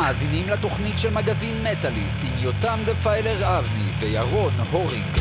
מאזינים לתוכנית של מגזין מטאליסט עם יותם דפיילר אבני וירון הורינג.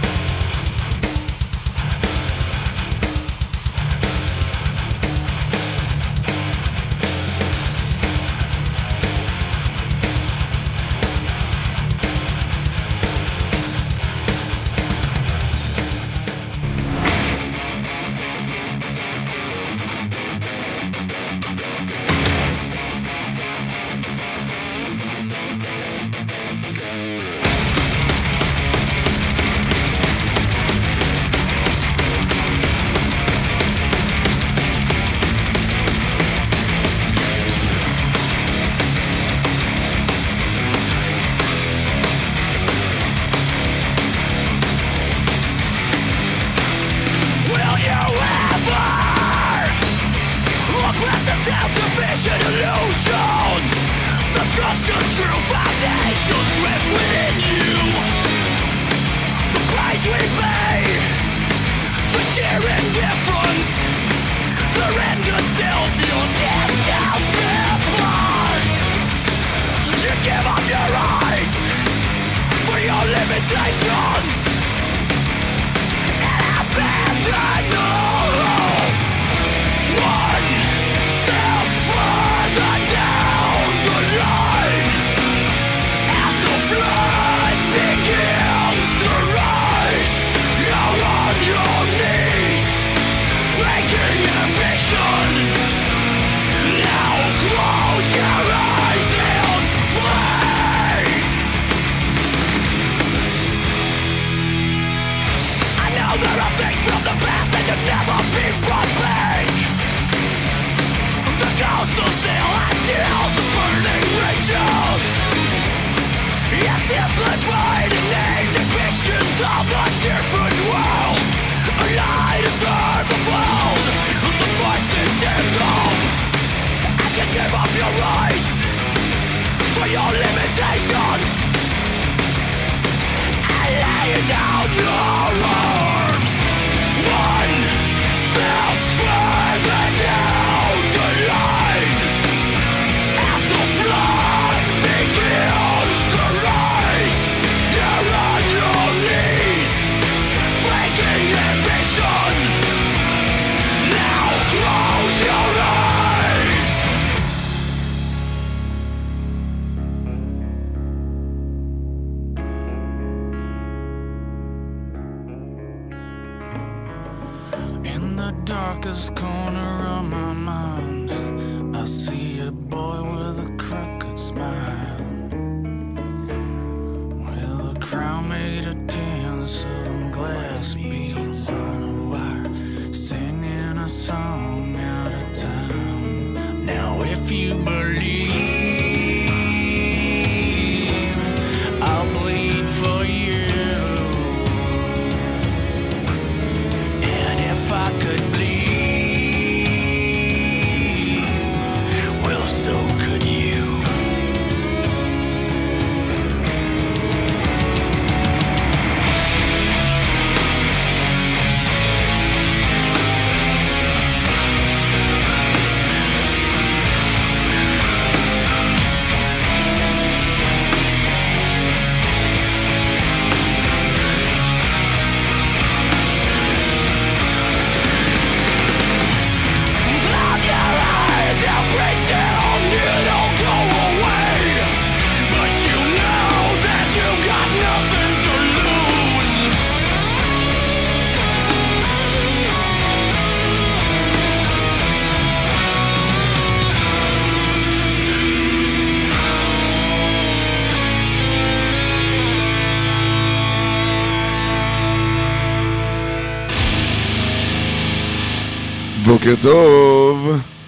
בוקר טוב.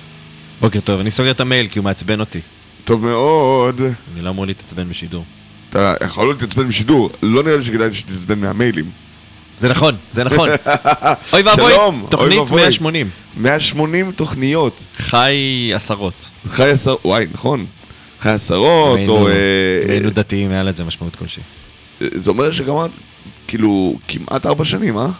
בוקר טוב, אני סוגר את המייל כי הוא מעצבן אותי. טוב מאוד. אני לא אמור להתעצבן בשידור. אתה יכול להתעצבן בשידור, לא נראה לי שכדאי שתתעצבן מהמיילים. זה נכון, זה נכון. אוי ואבוי, תוכנית 180. 180 תוכניות. חי עשרות. חי עשרות, וואי, נכון. חי עשרות, או... היינו דתיים, היה לזה משמעות כלשהי. זה אומר שגם, כאילו, כמעט 4 שנים, אה?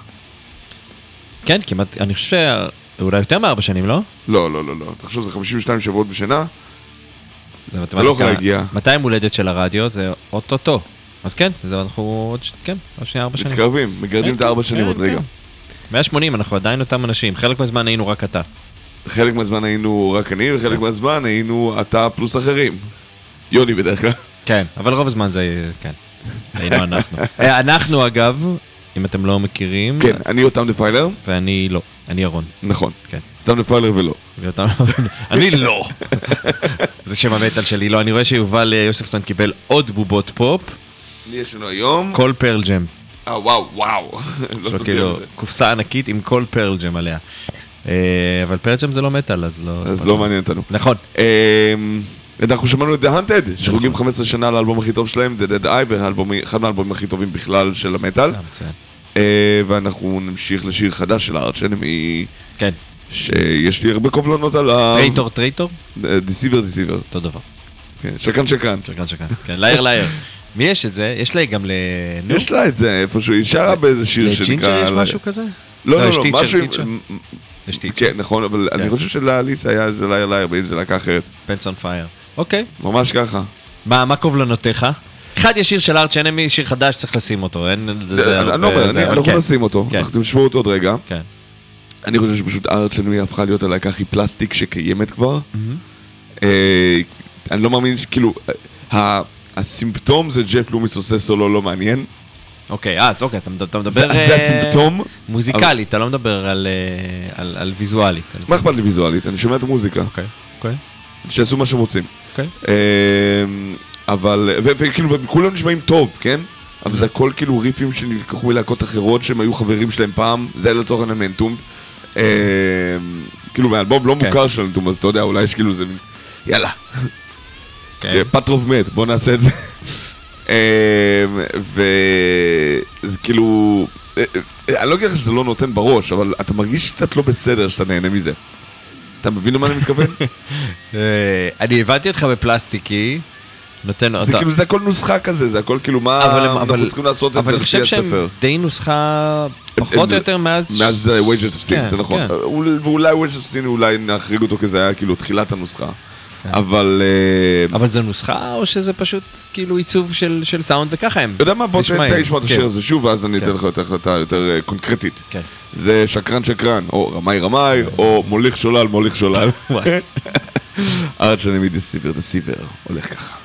כן, כמעט, אני חושב שאולי יותר מ4 שנים, לא? לא. תחשוב, זה 52 שבועות בשנה. אתה לא יכול להגיע. מתי יום הולדת של הרדיו? זה אוטוטו. אז כן, אנחנו עוד שנייה 4 שנים. מתקרבים, מגרדים את 4 שנים עוד רגע. 180, אנחנו עדיין אותם אנשים. חלק מהזמן היינו רק אתה. חלק מהזמן היינו רק אני, וחלק מהזמן היינו אתה פלוס אחרים. יוני בדרך כלל. כן, אבל רוב הזמן זה, כן. היינו אנחנו. אנחנו אגב, אם אתם לא מכירים. כן, אני יותם דפיילר. ואני לא, אני ירון. נכון. כן. יותם דפיילר ולא. אני לא. זה שם המטל שלי, לא. אני רואה שיובל יוספסון קיבל עוד בובות פופ. מי יש לנו היום? כל פרל ג'ם. וואו. כאילו, קופסה ענקית עם כל פרל ג'ם עליה. אבל פרל ג'ם זה לא מטל, אז לא... אז לא מעניין אותנו. נכון. אנחנו שמענו את The Hunted, שחוגגים 15 שנה לאלבום הכי טוב שלהם, The Dead Eye, ואחד מהאלבומים הכי טובים בכלל של המטל. ואנחנו נמשיך לשיר חדש של הארץ' אנמי. כן. שיש לי הרבה קובלנות על ה... טרייטור? דיסיבר. אותו דבר. שקן. כן, לייר. מי יש את זה? יש לה גם יש לה את זה, איפשהו, היא שרה באיזה שיר שנקרא... לג'ינג'ר יש משהו כזה? לא, משהו... יש טיצ'ר. כן, נכון, אבל אני חושב שלאליס היה איזה לייר, ואם זה לקח אחרת. פנס און פייר. אוקיי. ממש ככה. מה קובלנותיך? אחד יש שיר של ארץ' אנמי, שיר חדש, צריך לשים אותו. אנחנו נשים אותו, אנחנו תשמעו אותו עוד רגע. כן. אני חושב שפשוט ארץ' אנמי הפכה להיות הלהקה הכי פלסטיק שקיימת כבר. אני לא מאמין, כאילו, הסימפטום זה ג'ף לומיס עושה סולו לא מעניין. אוקיי, אז אתה מדבר... זה הסימפטום. מוזיקלית, אתה לא מדבר על ויזואלית. מה אכפת לי ויזואלית? אני שומע את המוזיקה. אוקיי. שיעשו מה שהם רוצים. אוקיי. אבל, וכאילו, וכולם נשמעים טוב, כן? אבל זה הכל כאילו ריפים שנלקחו מלהקות אחרות שהם היו חברים שלהם פעם, זה לצורך העניין מאנטומד. כאילו, מהאלבום לא מוכר של אנטומד, אז אתה יודע, אולי יש כאילו זה... יאללה. פטרוב מת, בוא נעשה את זה. וכאילו, אני לא אגיד לך שזה לא נותן בראש, אבל אתה מרגיש קצת לא בסדר שאתה נהנה מזה. אתה מבין למה אני מתכוון? אני הבנתי אותך בפלסטיקי, נותן... זה כאילו, זה הכל נוסחה כזה, זה הכל כאילו, מה אנחנו צריכים לעשות את זה לפי הספר. אבל אני חושב שהם די נוסחה פחות או יותר מאז... מאז Wages of Sin, זה נכון. ואולי Wages of Sin, אולי נחריג אותו כי זה היה כאילו תחילת הנוסחה. אבל זה נוסחה או שזה פשוט כאילו עיצוב של סאונד וככה הם? אתה יודע מה? בוא תשמע את השיר הזה שוב ואז אני אתן לך יותר קונקרטית. זה שקרן, או רמאי, או מוליך שולל. ארץ' אנמי דסיבר, הולך ככה.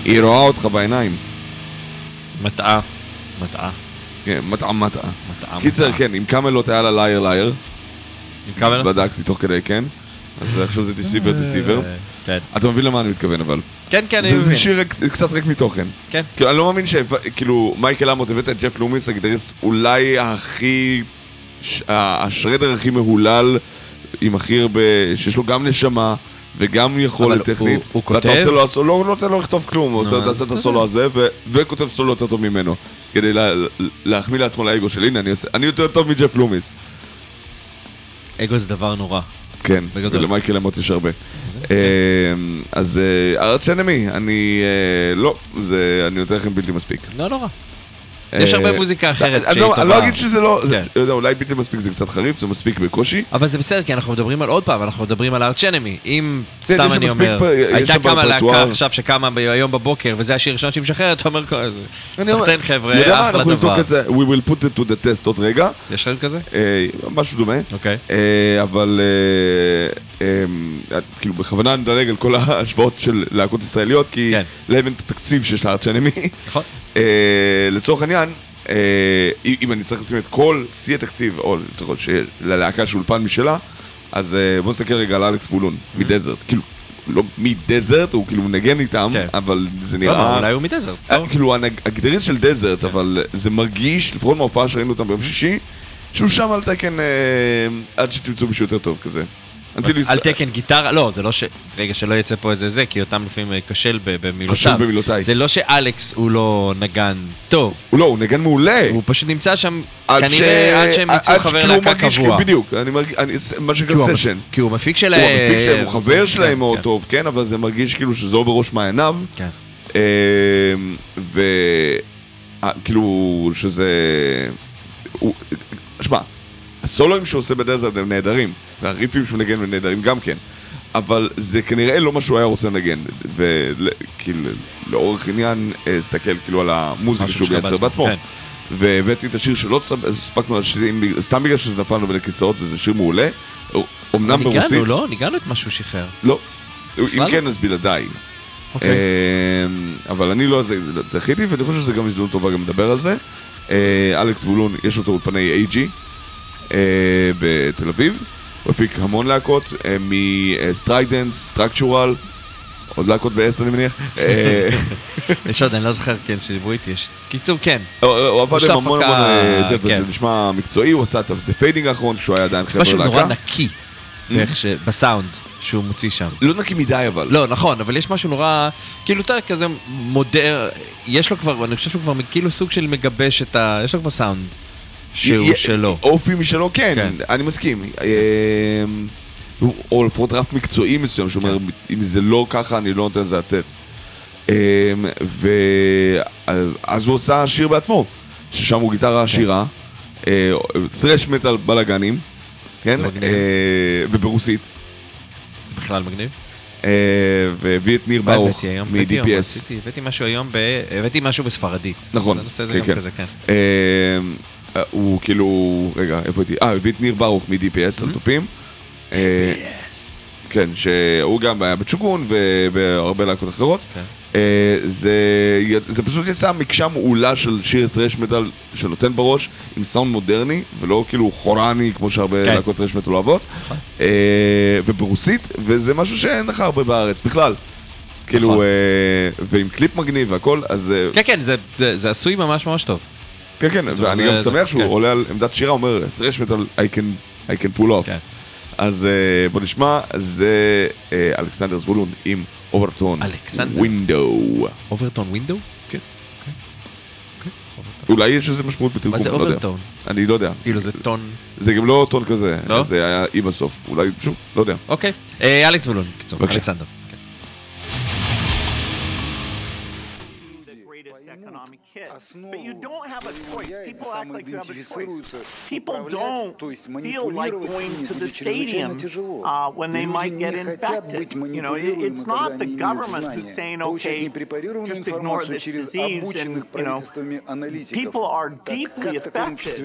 היא רואה אותך בעיניים. מטעה. כן, מטעה. קיצר, כן, עם קמלות היה לה לייר. עם קמלות? בדקתי תוך כדי, כן. אז עכשיו זה דיסיבר. אתה מבין למה אני מתכוון, אבל. כן, אני מבין. זה שיר קצת ריק מתוכן. כן. כאילו, אני לא מאמין שכאילו, מייקל אמוט הבאת את ג'ף לומיס, הגיטריסט אולי הכי... השרדר הכי מהולל, עם הכי הרבה... שיש לו גם נשמה, וגם יכולת טכנית. הוא כותב? ואתה עושה לו, לא נותן לו לכתוב כלום, הוא עושה את הסולו הזה, וכותב סולו יותר טוב ממנו. כדי להחמיא לעצמו לאגו של, הנה, אני יותר טוב מג'ף לומיס. אגו זה דבר נורא. כן, ולמייקל אמוט יש הרבה. אז ארץ אנמי, אני נותן לכם בלתי מספיק. לא נורא. יש הרבה מוזיקה אחרת שהיא טובה. אני לא אגיד שזה לא, אולי בלתי מספיק זה קצת חריף, זה מספיק בקושי. אבל זה בסדר, כי אנחנו מדברים על עוד פעם, אנחנו מדברים על ארץ אנמי. אם סתם אני אומר, הייתה כמה להקה עכשיו שקמה היום בבוקר, וזה השיר ראשון שהיא משחררת, אתה אומר, סחטן חבר'ה, אחלה אנחנו נבדוק דבר. את זה, we will put it to the test עוד רגע. יש לכם כזה? משהו דומה. אוקיי. אבל כאילו בכוונה נדלג על כל ההשוואות של להקות ישראליות, כי להם אין את התקציב שיש לארץ אנמי. נכון. לצורך העניין, אם אני צריך לשים את כל שיא התקציב, או צריך ללהקה של אולפן משלה, אז בוא נסתכל רגע על אלכס וולון, מדזרט. כאילו, לא מדזרט, הוא כאילו מנגן איתם, אבל זה נראה... אולי הוא מדזרט. כאילו, הגיטריסט של דזרט, אבל זה מרגיש, לפחות מההופעה שראינו אותם ביום שישי, שהוא שם על תקן עד שתמצאו מישהו יותר טוב כזה. על תקן גיטרה, לא, זה לא ש... רגע, שלא יצא פה איזה זה, כי אותם לפעמים קשל במילותיו. זה לא שאלכס הוא לא נגן טוב. הוא לא, הוא נגן מעולה. הוא פשוט נמצא שם, כנראה עד שהם יצאו חבר להקה קבוע. בדיוק, מה שנקרא סשן. כי הוא מפיק שלהם. הוא חבר שלהם מאוד טוב, כן, אבל זה מרגיש כאילו שזה לא בראש מעייניו. כן. וכאילו שזה... שמע, הסולואים שהוא עושה בדזרט הם נהדרים, והריפים שהוא מנגן הם נהדרים גם כן, אבל זה כנראה לא מה שהוא היה רוצה לנגן, וכאילו לאורך עניין הסתכל כאילו על המוזיקה שהוא מייצר בעצמו, והבאתי את השיר שלא הספקנו על שירים, סתם בגלל שזה נפלנו בין הכיסאות, וזה שיר מעולה, אמנם ברוסית. ניגענו, לא? ניגענו את משהו שחרר. לא, אם כן אז בלעדיי. אבל אני לא זכיתי, ואני חושב שזה גם הזדמנות טובה גם לדבר על זה. אלכס וולון, יש אותו אולפני AG בתל אביב, הוא הפיק המון להקות מסטריידנט, סטרקצ'ורל, עוד להקות ב-10 אני מניח. יש עוד, אני לא זוכר כן שדיברו איתי, קיצור כן. הוא עבד עם המון זה נשמע מקצועי, הוא עשה את The Fading האחרון כשהוא היה עדיין חבר'ה להקה. משהו נורא נקי בסאונד שהוא מוציא שם. לא נקי מדי אבל. לא, נכון, אבל יש משהו נורא, כאילו יותר כזה מודר, יש לו כבר, אני חושב שהוא כבר כאילו סוג של מגבש את ה... יש לו כבר סאונד שהוא שלו. אופי משלו, כן, אני מסכים. או לפחות רף מקצועי מסוים, שאומר, אם זה לא ככה, אני לא נותן לזה הצאת. ואז הוא עושה שיר בעצמו, ששם הוא גיטרה עשירה, thrash metal בלגנים, כן? וברוסית. זה בכלל מגניב. והביא את ניר ברוך מ-DPS. הבאתי משהו היום, הבאתי משהו בספרדית. נכון, כן. הוא כאילו, רגע, איפה הייתי? הביא את ניר ברוך מ-DPS על טופים. DPS. כן, שהוא גם היה בצ'וגון ובהרבה להקות אחרות. זה פשוט יצא מקשה מעולה של שיר טרש מטל שנותן בראש עם סאונד מודרני ולא כאילו חורני כמו שהרבה להקות טרש מטל אוהבות, וברוסית, וזה משהו שאין לך הרבה בארץ בכלל, כאילו, ועם קליפ מגניב והכל, אז... כן, זה עשוי ממש ממש טוב. כן, ואני גם שמח שהוא עולה על עמדת שירה, אומר טרש מטל I can pull off. אז בוא נשמע, זה אלכסנדר זבולון עם אוברטון ווינדו. אוברטון ווינדו? כן. אולי יש איזה משמעות בתרגום. מה זה אוברטון? אני לא יודע. כאילו זה טון... זה גם לא טון כזה, זה היה אי בסוף. אולי, שוב, לא יודע. אוקיי. אלכס זבולון, קיצור. אלכסנדר. But you don't have a choice. People act like you have a choice. People don't feel like going to the stadium when they might get infected. You know, it's not the government who's saying, okay, just ignore this disease, and, you know, people are deeply affected.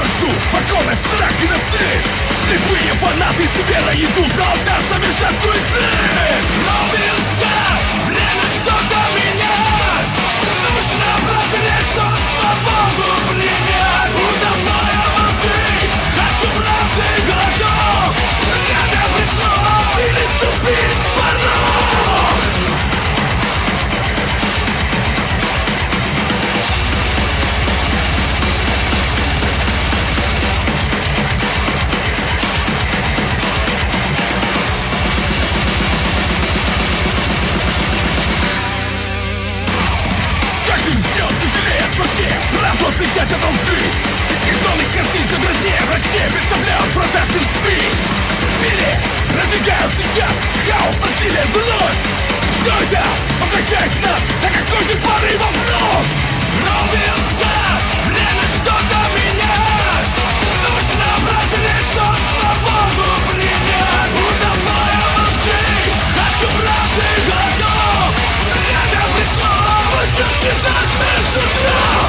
вражду, покорность, страх, геноцид. Слепые фанаты с верой идут на алтарь, совершать суицид. Но сейчас время что-то менять. Нужно прозреть, чтоб свободу принять. Утопая во лжи, хочу правды, готов. Время пришло, переступить порог. Сложнее, правду отлетять от лжи. Искаженных картин все грознее, мрачнее представляют продажные СМИ. В мире разжигают сейчас хаос, насилие, злость. Все это поглощает нас, а какой же порывом нос. Ровен час, время что-то менять. Нужно прозреть, чтоб свободу принять. Утопая во лжи, хочу правды, готов. Время пришло, лучше считать между строк.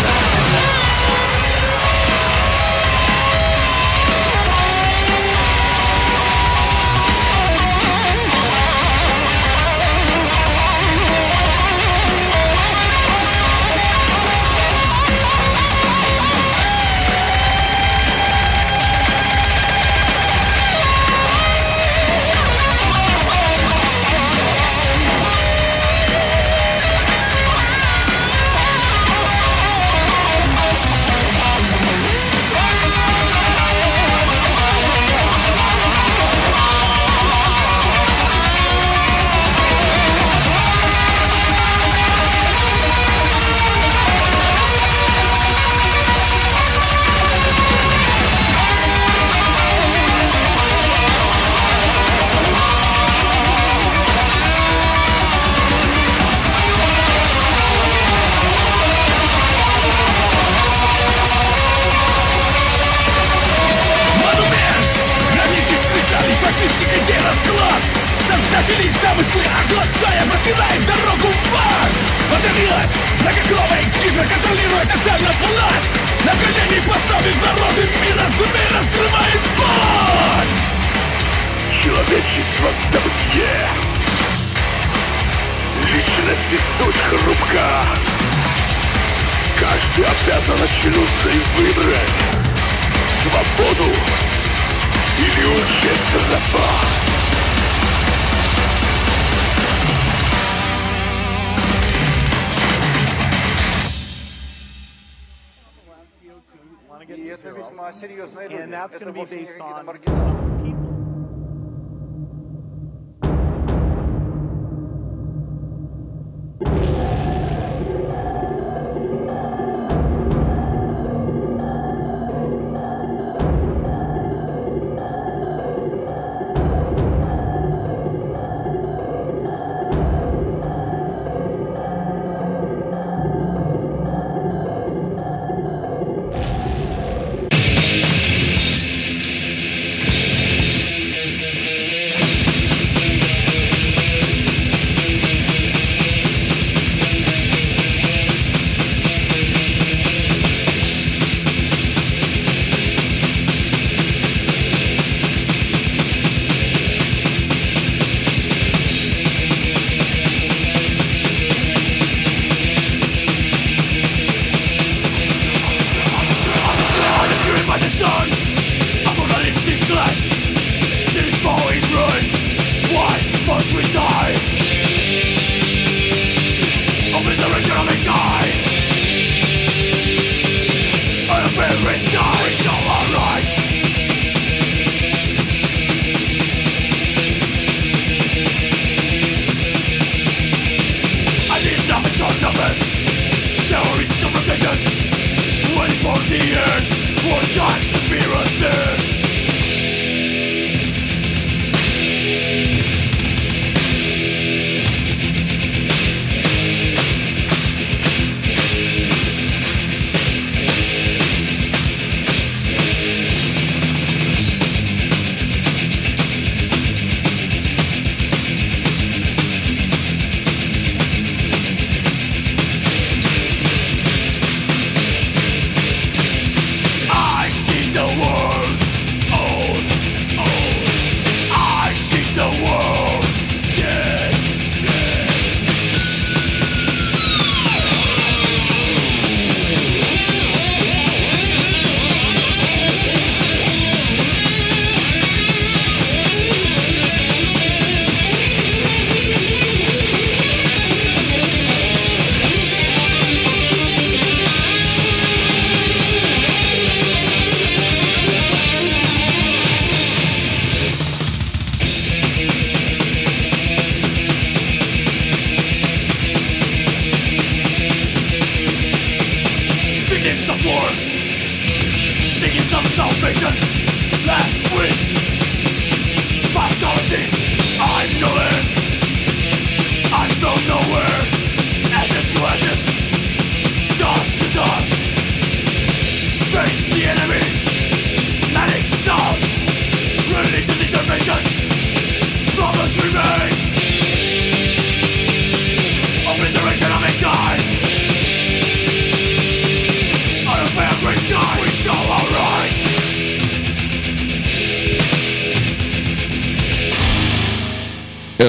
Создатели замыслы оглашая, простирает дорогу в ад. Появилась многоголовая гидра, контролирует тотально власть. На колени поставив народы мира, сумей раскрывает пасть. Человечество в добытие. Личность и суть хрупка. Каждый обязан очнуться и выбрать свободу или участь раба. И это весьма серьезная роль. And that's going to be based on people.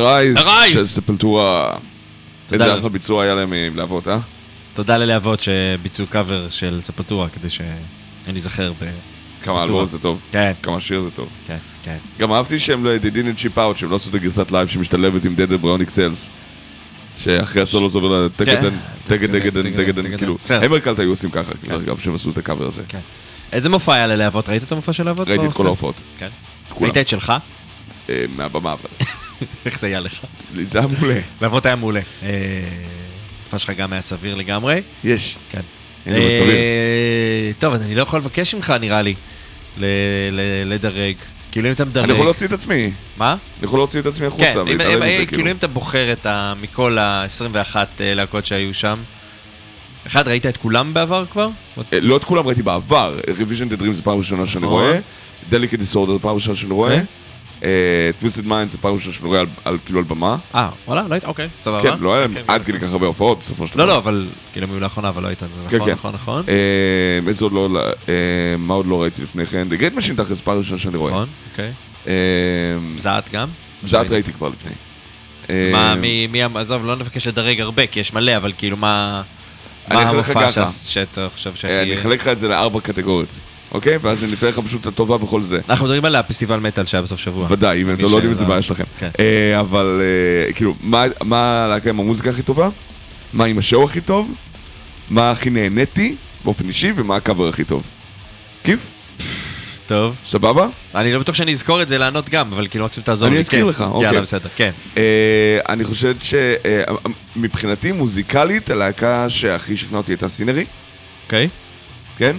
הרייז של ספלטורה. איזה אחלה ביצוע היה להם עם להבות, אה? תודה ללהבות שביצעו קאבר של ספלטורה, כדי שאני אזכר כמה אלבום זה טוב, כן. כמה שיר זה טוב. כן, כן. גם אהבתי שהם they didn't chip out, שהם לא עשו את הגרסת לייב שמשתלבת עם דד בריאוניק סיילס. שאחרי הסולו זה עובר תגדן, כאילו, המרקלט היו עושים ככה, אגב, שהם עשו את הקאבר הזה. איזה מופע היה ללהבות? ראית את המופע של להבות? ראיתי את כל ההופעות. כן. ראית את שלך? מהבמה אבל. איך זה היה לך? זה היה מעולה. להבות היה מעולה. המופע שלך גם היה סביר לגמרי? יש. כן. סביר. טוב, אני לא יכול לבקש ממך, נראה לי, לדרג. כאילו אם אתה מדרג... אני יכול להוציא את עצמי. מה? אני יכול להוציא את עצמי החוצה. כן, כאילו אם אתה בוחר מכל ה-21 להקות שהיו שם, אחד, ראית את כולם בעבר כבר? לא את כולם ראיתי בעבר. Revision the Dream זה פעם ראשונה שאני רואה. Delicate Disorder זה פעם ראשונה שאני רואה. Twisted Mind זה פעם ראשונה שאני רואה כאילו על במה. וואלה, לא היית? אוקיי, סבבה. כן, לא היה להם עד כדי כך הרבה הופעות בסופו של דבר. לא, אבל כאילו מילה אחרונה, אבל לא הייתה. נכון. איזה עוד לא, מה עוד לא ראיתי לפני כן? The Great Machine תכף פעם ראשונה שאני רואה. נכון, אוקיי. זעת גם? זעת ראיתי כבר לפני. עזוב, לא נבקש לדרג הרבה, כי יש מלא, אבל כאילו מה המופע שאתה חושב שהכי... אני אחלק לך את זה ל4 קטגוריות. אוקיי? ואז אני נתן לך פשוט הטובה בכל זה. אנחנו מדברים על הפסטיבל מטל שהיה בסוף שבוע. ודאי, אם אתם לא יודעים את זה בעיה שלכם. אבל כאילו, מה להקה עם המוזיקה הכי טובה? מה עם השואו הכי טוב? מה הכי נהניתי באופן אישי? ומה הקאבר הכי טוב? כיף? טוב. סבבה? אני לא בטוח שאני אזכור את זה לענות גם, אבל כאילו מקסים תעזור לי. אני אזכיר לך, אוקיי. יאללה, בסדר, כן. אני חושב שמבחינתי מוזיקלית, הלהקה שהכי שכנע אותי הייתה סינרי. אוקיי. כן?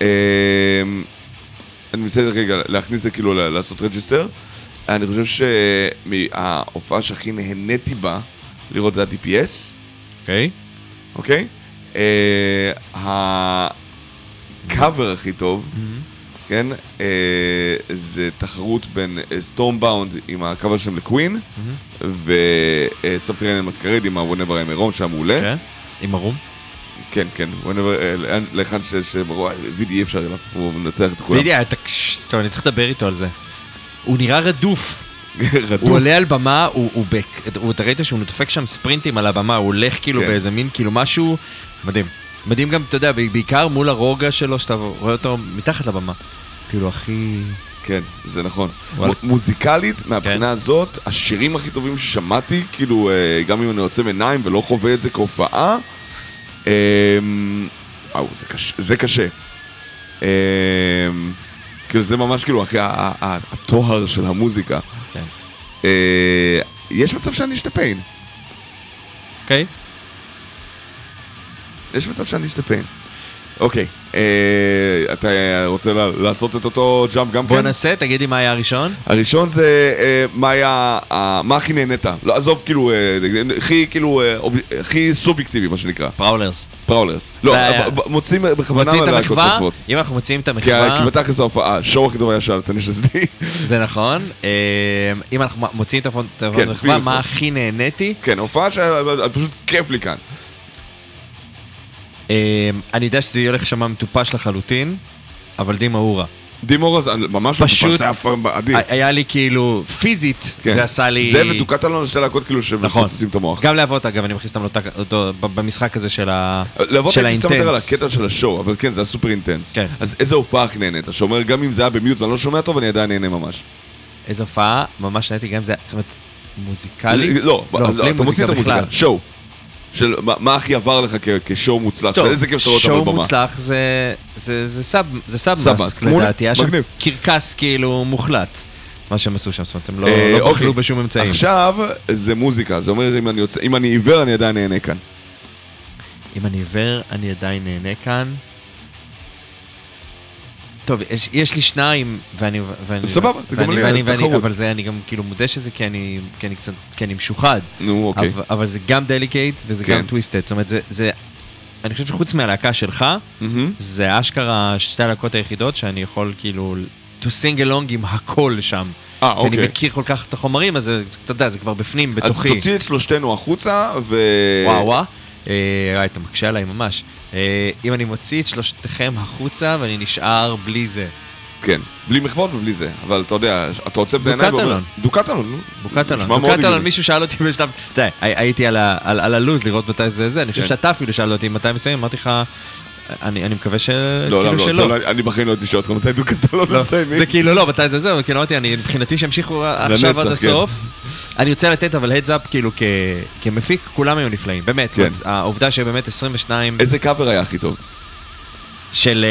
אני מנסה רגע להכניס את זה כאילו לעשות רג'יסטר. אני חושב שההופעה שהכי נהניתי בה לראות זה ה-DPS. אוקיי. אוקיי? הקאבר הכי טוב, כן? זה תחרות בין Stormbound עם הקאבר שלהם לקווין ו-Subterranean Masquerade עם ה-Whenever I'm Around שהיה מעולה. כן, עם הרום. כן, כן, לאחד וידי אי אפשר אליו, הוא מנצח את כולם. וידי, טוב, אני צריך לדבר איתו על זה. הוא נראה רדוף. הוא עולה על במה, אתה ראית שהוא דופק שם ספרינטים על הבמה, הוא הולך כאילו באיזה מין, כאילו משהו מדהים. מדהים גם, אתה יודע, בעיקר מול הרוגע שלו, שאתה רואה אותו מתחת לבמה. כאילו, הכי... כן, זה נכון. מוזיקלית, מהבחינה הזאת, השירים הכי טובים ששמעתי, כאילו, גם אם אני יוצא מעיניים ולא חווה את זה כהופעה, זה קשה. כאילו זה ממש כאילו אחרי התואר של המוזיקה. יש מצב שאני אשתפן. אוקיי. יש מצב שאני אשתפן. אוקיי. אתה רוצה לעשות את אותו ג'אמפ גם כן? בוא נעשה, תגידי מה היה הראשון. הראשון זה מה הכי נהנית. לא, עזוב, הכי סובייקטיבי, מה שנקרא. פראולרס. לא, מוצאים בכוונה להקות טובות. אם אנחנו מוצאים את המחווה... כי בתכלס ההופעה, שואו הכי טוב היה של תניש לסדי. זה נכון. אם אנחנו מוצאים את המחווה, מה הכי נהניתי? כן, הופעה שפשוט כיף לי כאן. אני יודע שזה הולך שמה מטופש לחלוטין, אבל דימה אורה. דימה אורה זה ממש פשוט היה לי כאילו, פיזית, זה עשה לי... זה ודוקת לנו שתי להקות כאילו שמחוצצים את המוח. גם להבות, אגב, אני מכניס אותו במשחק הזה של האינטנס. להבות הייתי שם יותר על הקטע של השואו, אבל כן, זה היה סופר אינטנס. אז איזה הופעה הכי נהנית? אתה שאומר, גם אם זה היה במיוט ואני לא שומע טוב, אני עדיין נהנה ממש. איזו הופעה, ממש נהניתי גם זה, זאת אומרת, מוזיקלי? לא, אתה מוציא את המוזיקה, שואו. של מה הכי עבר לך כשואו מוצלח, של איזה כיף שאתה רואה אותם בבמה. שואו מוצלח זה סאב-מאסק לדעתי, היה שם קרקס כאילו מוחלט, מה שהם עשו שם, זאת אומרת, הם לא בחלו בשום אמצעים. עכשיו זה מוזיקה, זה אומר אם אני עיוור אני עדיין נהנה כאן. אם אני עיוור אני עדיין נהנה כאן. טוב, יש לי שניים, סבבה, אבל זה אני גם כאילו מודה שזה כי אני משוחד. נו, אוקיי. אבל זה גם דליקייט וזה גם טוויסטד. זאת אומרת, אני חושב שחוץ מהלהקה שלך, זה אשכרה שתי הלהקות היחידות שאני יכול כאילו to sing along עם הכל שם. אוקיי. אני מכיר כל כך את החומרים, אז אתה יודע, זה כבר בפנים, בתוכי. אז תוציא את שלושתנו החוצה וואו. אתה מקשה עליי ממש. אם אני מוציא את שלושתכם החוצה ואני נשאר בלי זה, כן, בלי מחוות ובלי זה, אבל אתה יודע, אתה עוצב את העיניים ואומר... דוקטלון. דוקטלון. דוקטלון, מישהו שאל אותי בשלב... תראה, הייתי על הלוז לראות מתי זה, אני חושב שאתה אפילו שאל אותי מתי מסיים, אמרתי לך... אני מקווה כאילו שלא. אני בחיים לא הייתי שואל אותך מתי דוקטלון מסיימים. זה כאילו לא, מתי זה, כאילו אמרתי, מבחינתי שהמשיכו עכשיו עד הסוף. אני רוצה לתת אבל heads up כאילו כמפיק, כולם היו נפלאים, באמת. העובדה שבאמת 22... איזה קאבר היה הכי טוב? של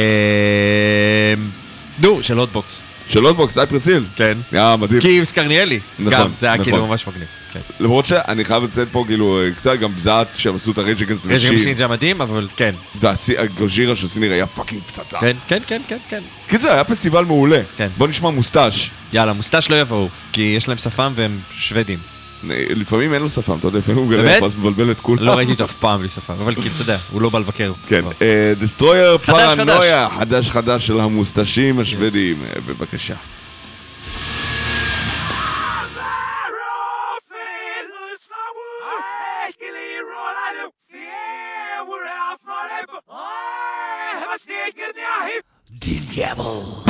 הוטבוקס. של הוטבוקס, סייפרס היל. כן. מדהים. כי סקרניאלי. נכון. גם, זה היה כאילו ממש מגניב. למרות שאני חייב לצאת פה כאילו קצת גם בזעת שהם עשו את הרייג' אגנסט רייג' אגנסט זה מדהים, אבל כן. והגוז'ירה של סיניר היה פאקינג פצצה. כן. כי זה היה פסטיבל מעולה. כן. בוא נשמע מוסטש. יאללה, מוסטש לא יבואו, כי יש להם שפם והם שוודים. לפעמים אין לו שפם, אתה יודע, לפעמים הוא גלה פרס מבלבל את כולם. לא ראיתי אותו אף פעם בלי שפם, אבל כאילו, אתה יודע, הוא לא בא לבקר. כן, דסטרויר פרנויה, חדש של המוסטשים השוודים, בבקשה. Devil.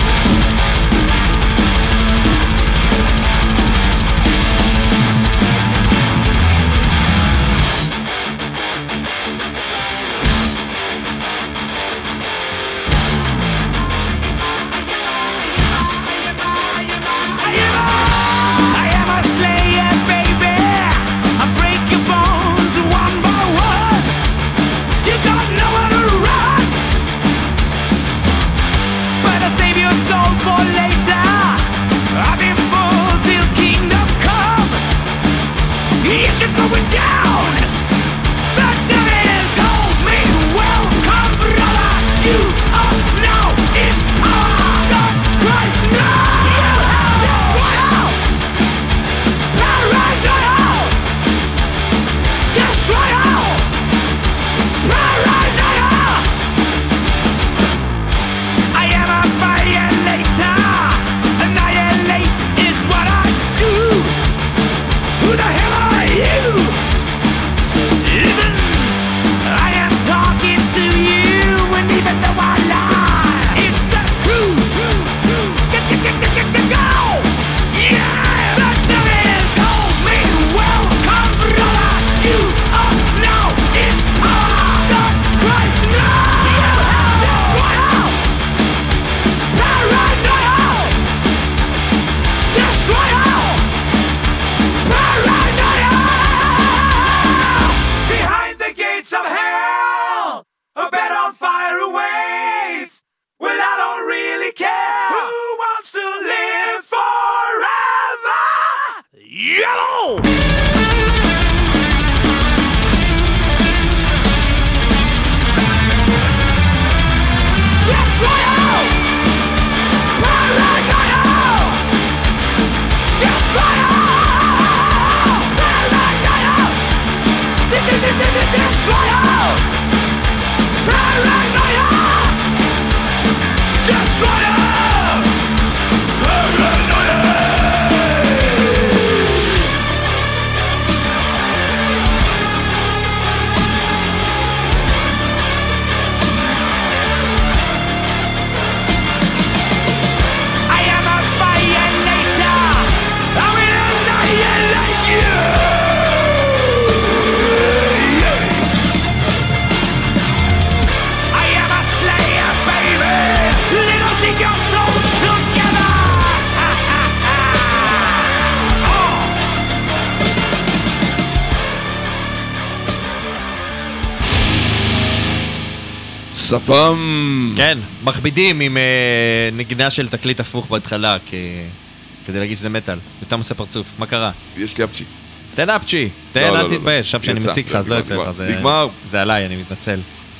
שפם. כן, מכבידים עם נגינה של תקליט הפוך בהתחלה כדי להגיד שזה מטל. יותר עושה פרצוף, מה קרה? יש לי אפצ'י. תן אפצ'י, אל תתבייש, עכשיו שאני מציג לך אז לא יוצא לך, נגמר. זה עליי, אני מתנצל.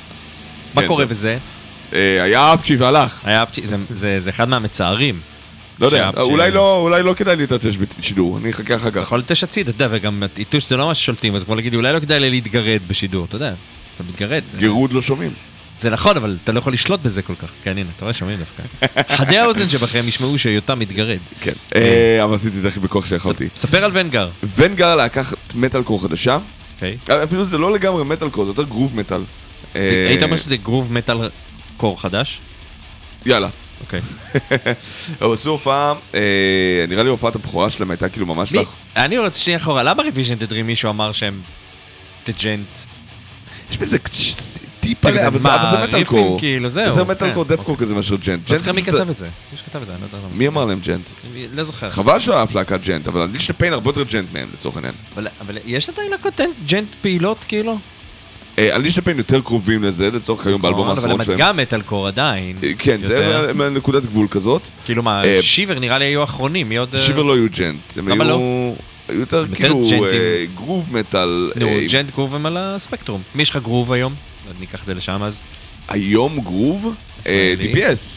מה קורה בזה? היה אפצ'י והלך. היה אפצ'י, זה אחד מהמצערים. לא יודע, אולי לא כדאי להתעטש בשידור, אני אחכה אחר כך. יכול להתעטש הציד, אתה יודע, וגם איתוש זה לא מה ששולטים, אז כמו להגיד, אולי לא כדאי להתגרד בשידור, אתה יודע, אתה מתגרד. גירוד לא שומעים. זה נכון, אבל אתה לא יכול לשלוט בזה כל כך. כן, הנה, אתה רואה, שומעים דווקא. חדי האוזן שבכם ישמעו שיותם מתגרד. כן, אבל עשיתי את זה הכי בכוח שיכולתי. ספר על ונגר. ונגר לקח מטאלקור חדשה. אוקיי. אפילו זה לא לגמרי מטאלקור, זה יותר גרוב מטאל. היית אומר שזה גרוב מטאל קור חדש? יאללה. אוקיי. אבל עשו הופעה, נראה לי הופעת הבכורה שלהם הייתה כאילו ממש לך. אני רוצה שנייה אחורה, למה Revision the Dream מישהו אמר שהם טג'נט? יש בזה טיפה, אבל זה מטלקור. כאילו, זהו. זה מטלקור דפקור כזה מאשר ג'נט. לא זוכר מי כתב את זה. מי שכתב את זה, אני לא זוכר. מי אמר להם ג'נט? לא זוכר. חבל שהיה הפלקת ג'נט, אבל אני חושב פיין הרבה יותר ג'נט מהם לצורך העניין. אבל יש עדיין להקות ג'נט פעילות כאילו? אני חושב פיין יותר קרובים לזה לצורך היום באלבום האחרון שלהם. אבל גם מטלקור עדיין. כן, זה נקודת גבול כזאת. כאילו מה, שיבר נראה לי היו האחרונים. שיבר לא היו ג'נט. למה לא? היו יותר כאילו גרוב מטל. נו, ג'נט גרוב הם על הספקטרום. מי יש לך גרוב היום? ניקח את זה לשם אז. היום גרוב? DPS.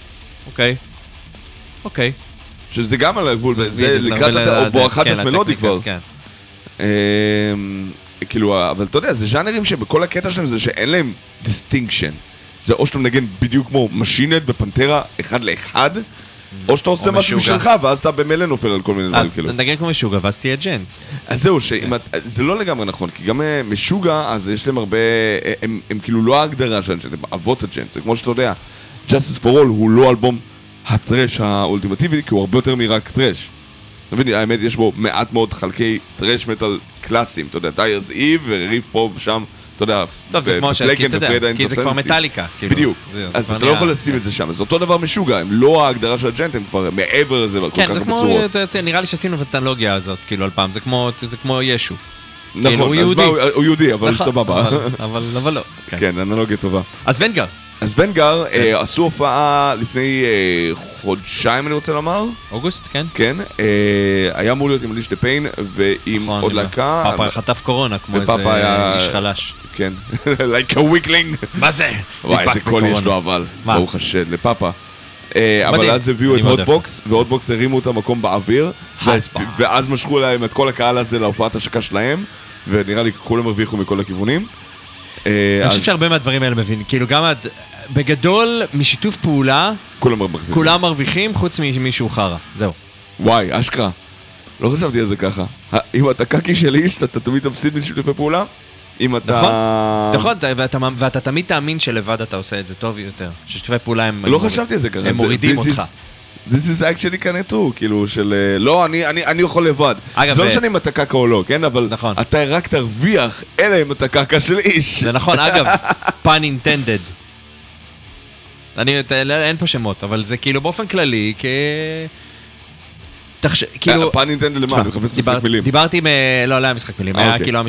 אוקיי. שזה גם על הגבול, זה לקראת בואכה דף מלודי כבר. כאילו, אבל אתה יודע, זה ז'אנרים שבכל הקטע שלהם זה שאין להם דיסטינקשן. זה או שאתה מנגן בדיוק כמו משינד ופנטרה אחד לאחד, או שאתה עושה משהו בשבילך, ואז אתה במילא נופל על כל מיני דברים כאלו. אז נגן כמו משוגע, ואז תהיה ג'נט. אז זהו, זה לא לגמרי נכון, כי גם משוגע, אז יש להם הרבה, הם כאילו לא ההגדרה שלהם, הם אבות הג'נט, זה כמו שאתה יודע, Justice for All הוא לא אלבום הטרש האולטימטיבי, כי הוא הרבה יותר מרק טרש. אתה מבין, האמת, יש בו מעט מאוד חלקי טרש מטל קלאסיים, אתה יודע, Dyer's Eve וריף פה ושם, אתה יודע, טוב, זה כמו שאתה יודע, כי זה כבר מטליקה. בדיוק, אז אתה לא יכול לשים את זה שם, זה אותו דבר משוגע, הם לא ההגדרה של הג'נט, הם כבר מעבר לזה, כל כך בצורות. כן, נראה לי שעשינו את הטכנולוגיה הזאת, כאילו, על פעם, זה כמו ישו. נכון, הוא יהודי, אבל סבבה. אבל לא. כן, אנלוגיה טובה. אז ונגר. אז ונגר עשו הופעה לפני חודשיים, אני רוצה לומר. אוגוסט, כן. כן, היה אמור להיות עם ליש דה פיין ועם עוד להקה. פאפה חטף קורונה, כמו איזה איש חלש. כן, like a weakling. מה זה? וואי, איזה קול יש לו אבל, ברוך השד, לפאפה. אבל אז הביאו את הוטבוקס, והוטבוקס הרימו את המקום באוויר, ואז משכו להם את כל הקהל הזה להופעת השקה שלהם, ונראה לי כולם הרוויחו מכל הכיוונים. אני חושב שהרבה מהדברים האלה מבין, כאילו גם בגדול משיתוף פעולה, כולם מרוויחים חוץ ממישהו חרה, זהו. וואי, אשכרה, לא חשבתי על זה ככה. אם אתה קקי של איש, אתה תמיד תפסיד משיתופי פעולה? אם אתה... נכון, ואתה תמיד תאמין שלבד אתה עושה את זה טוב יותר, ששיתופי פעולה הם... לא חשבתי על זה ככה. הם מורידים אותך. This is actually kind of true, כאילו של... לא, אני יכול לבד. זה לא משנה אם אתה קקה או לא, כן? אבל אתה רק תרוויח, אלא אם אתה קקה של איש. זה נכון, אגב, pun intended. אין פה שמות, אבל זה כאילו באופן כללי, כאילו... פן אינטנדל למה? אני מחפש משחק מילים. דיברתי עם... לא היה משחק מילים, היה כאילו...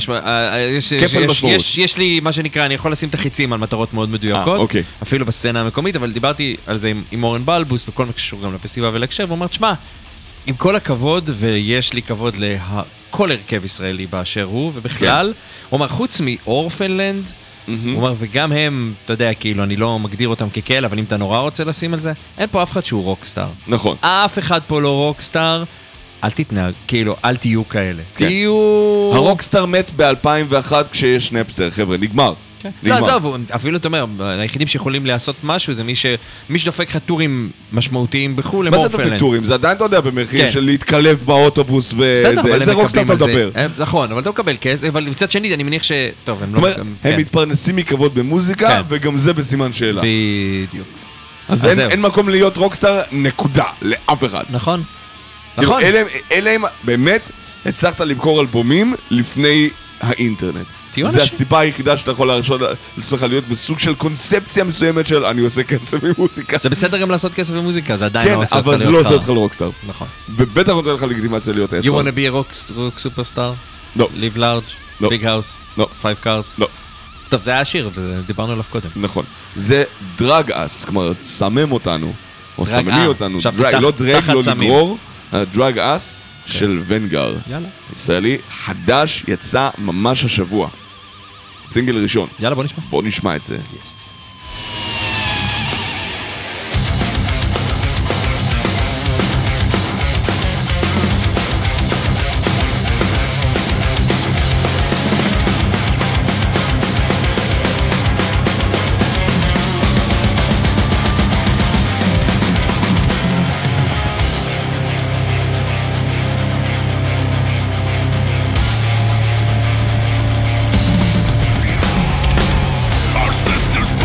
כפל משמעות. יש לי מה שנקרא, אני יכול לשים את החיצים על מטרות מאוד מדויקות, אפילו בסצנה המקומית, אבל דיברתי על זה עם אורן בלבוס, בכל מה שקשור גם לפסטיבל ולהקשר, והוא אומר, תשמע, עם כל הכבוד, ויש לי כבוד לכל הרכב ישראלי באשר הוא, ובכלל, הוא אומר, חוץ מאורפנלנד, הוא אומר, וגם הם, אתה יודע, כאילו, אני לא מגדיר אותם ככאלה, אבל אם אתה נורא רוצה לשים על זה, אין פה אף אחד שהוא רוקסטאר. נכון. אף אחד פה לא רוקסטאר, אל תתנהג, כאילו, אל תהיו כאלה. תהיו... הרוקסטאר מת ב-2001 כשיש נפסטר, חבר'ה, נגמר. לא, עזוב, אפילו אתה אומר, היחידים שיכולים לעשות משהו זה מי שדופק לך טורים משמעותיים בחול מה זה דופק טורים? זה עדיין, אתה יודע, במחיר של להתקלב באוטובוס וזה, איזה רוקסטאר אתה מדבר? נכון, אבל אתה מקבל כסף, אבל מצד שני, אני מניח טוב, הם לא... הם מתפרנסים מכבוד במוזיקה, וגם זה בסימן שאלה. בדיוק. אז אין מקום להיות רוקסטאר, נקודה, לאף אחד. נכון. נכון. אלא אם באמת הצלחת למכור אלבומים לפני האינטרנט. זה הסיבה היחידה שאתה יכול להרשות לעצמך להיות בסוג של קונספציה מסוימת של אני עושה כסף ממוזיקה. זה בסדר גם לעשות כסף ממוזיקה, זה עדיין לא עושה אותך להיות חר. כן, אבל זה לא עושה אותך לרוקסטאר. נכון. ובטח נותן לך לגיטימציה להיות אסון. You want to be a rock superstar? לא. Live large? Big house? לא. 5 cars? לא. טוב, זה היה השיר, ודיברנו עליו קודם. נכון. זה דרג אס, כלומר, צמם אותנו. או סממי אותנו. לא דרג, לא לגרור. דרג אס. של ונגר. ישראלי חדש יצא ממש השבוע. סינגל ראשון. יאללה, בוא נשמע. בוא נשמע את זה. Sisters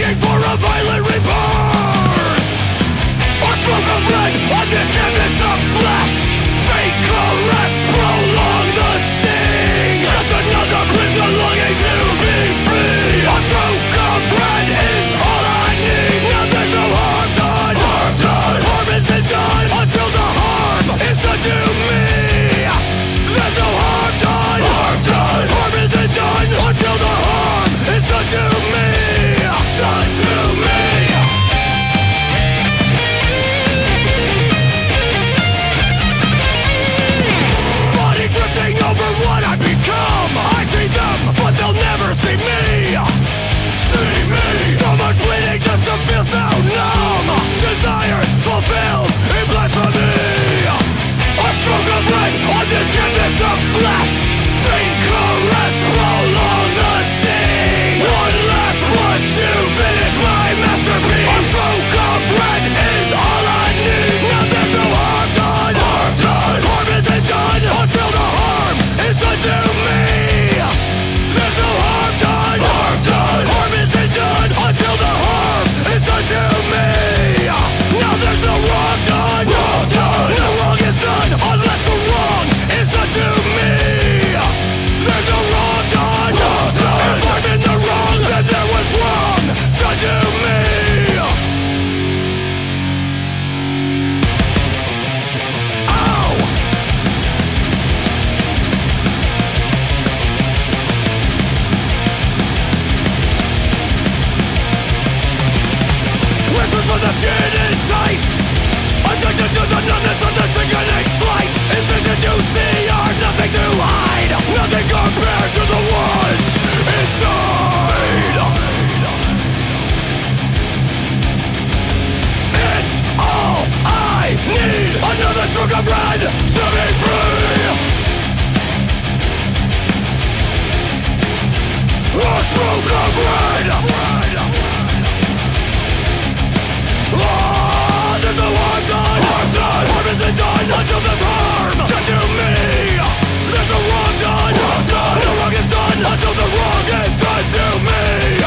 longing for a violent rebirth. A stroke of red on this canvas of flesh. Fake caress, prolong the sting. Just another prisoner longing to be free. A stroke of red is all I need. Now there's no harm done. Harm done. Harm isn't done until the harm is done to me. There's no harm done. Harm done. Harm isn't done until the harm is done to me. Done to me. Body drifting over what I become. I see them, but they'll never see me. See me. So much bleeding just to feel so numb. Desires fulfilled in blasphemy. A stroke of red on this canvas of flesh. Faint caress, prolong the sting. One last push to finish my masterpiece. A stroke of red is all I need. Now there's no harm done. Harm done. Harm isn't done until the harm is done to me. There's no harm done. Harm done. Harm isn't done until the harm is done to me. Now there's no wrong done. Wrong done. No wrong is done unless the wrong is done to me. There's no wrong done. Wrong done. If I'm in the wrong, then there was wrong done to me. Ow! Whispers from the skin entice. Addicted to the numbness of the sickening slice. Is visions you see are nothing to hide. Nothing compared to the ones inside. It's all I need. Another stroke of red to be free. A stroke of red. Oh, there's no harm done. Harm done. Harm isn't done until there's harm done to me. There's no wrong done. Wrong done. No wrong is done until the wrong is done to me.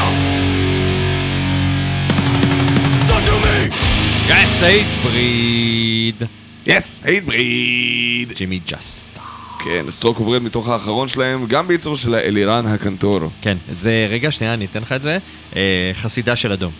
Done to me. Yes, הייטבריד. יס, הייטבריד. ג'ימי ג'סט. כן, סטרוק עובד מתוך האחרון שלהם, גם בעיצוב של אלירן הקנטור. כן, זה רגע, שנייה, אני אתן לך את זה. חסידה של אדום.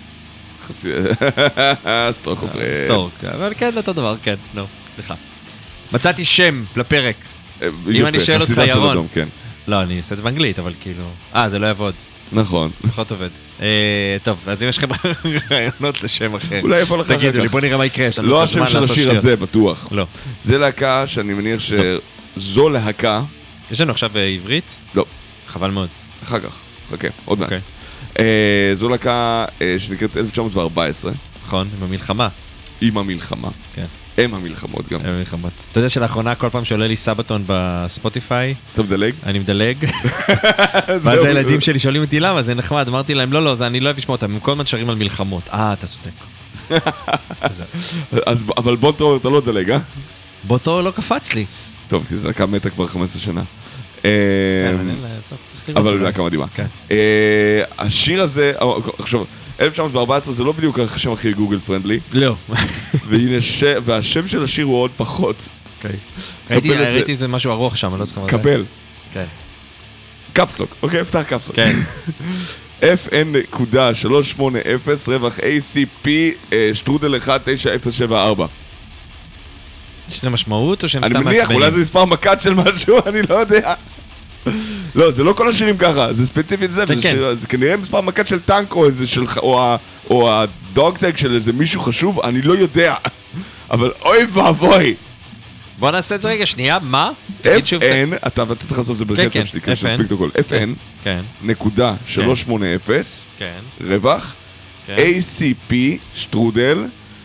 סטרוק עובד. סטרוק, אבל כן, אותו דבר, כן, נו, סליחה. מצאתי שם לפרק. אם אני שואל אותך, ירון. לא, אני אעשה את זה באנגלית, אבל כאילו... זה לא יעבוד. נכון. פחות עובד. טוב, אז אם יש לכם רעיונות לשם אחר, אולי יפה לך אחר כך. תגידו לי, בוא נראה מה יקרה. לא השם של השיר הזה, בטוח. לא. זה להקה שאני מניח שזו להקה. יש לנו עכשיו עברית? לא. חבל מאוד. אחר כך, חכה, עוד מעט. זו להקה שנקראת 1914. נכון, עם המלחמה. עם המלחמה. כן. הם המלחמות גם. הם המלחמות. אתה יודע שלאחרונה כל פעם שעולה לי סבתון בספוטיפיי, אתה מדלג? אני מדלג. ואז הילדים שלי שואלים אותי למה, זה נחמד. אמרתי להם, לא, אני לא אוהב לשמוע אותם, הם כל הזמן שרים על מלחמות. אתה צודק. אבל בוטו אתה לא דלג, אה? בוטו לא קפץ לי. טוב, כי זו להקה מתה כבר 15 שנה. כן, אבל להקה מדהימה. השיר הזה, עכשיו, 1914 זה לא בדיוק השם הכי גוגל פרנדלי. לא. והשם של השיר הוא עוד פחות. ראיתי איזה משהו ארוך שם, אני לא זוכר מה זה. קבל. כן. קפסלוק, אוקיי, פתח קפסלוק. כן. FN.380 רווח ACP שטרודל 19074. יש זה משמעות או שהם סתם מעצבנים? אני מניח, אולי זה מספר מקד של משהו, אני לא יודע. לא, זה לא כל השירים ככה, זה ספציפית זה, זה כנראה מספר מקד של טנק או הדוגטג של איזה מישהו חשוב, אני לא יודע. אבל אוי ואבוי. בוא נעשה את זה רגע, שנייה, מה? FN, אתה צריך לעשות את זה בקצב שלי, כדי שנספיק את הכל. FN, נקודה 380, רווח, ACP, שטרודל,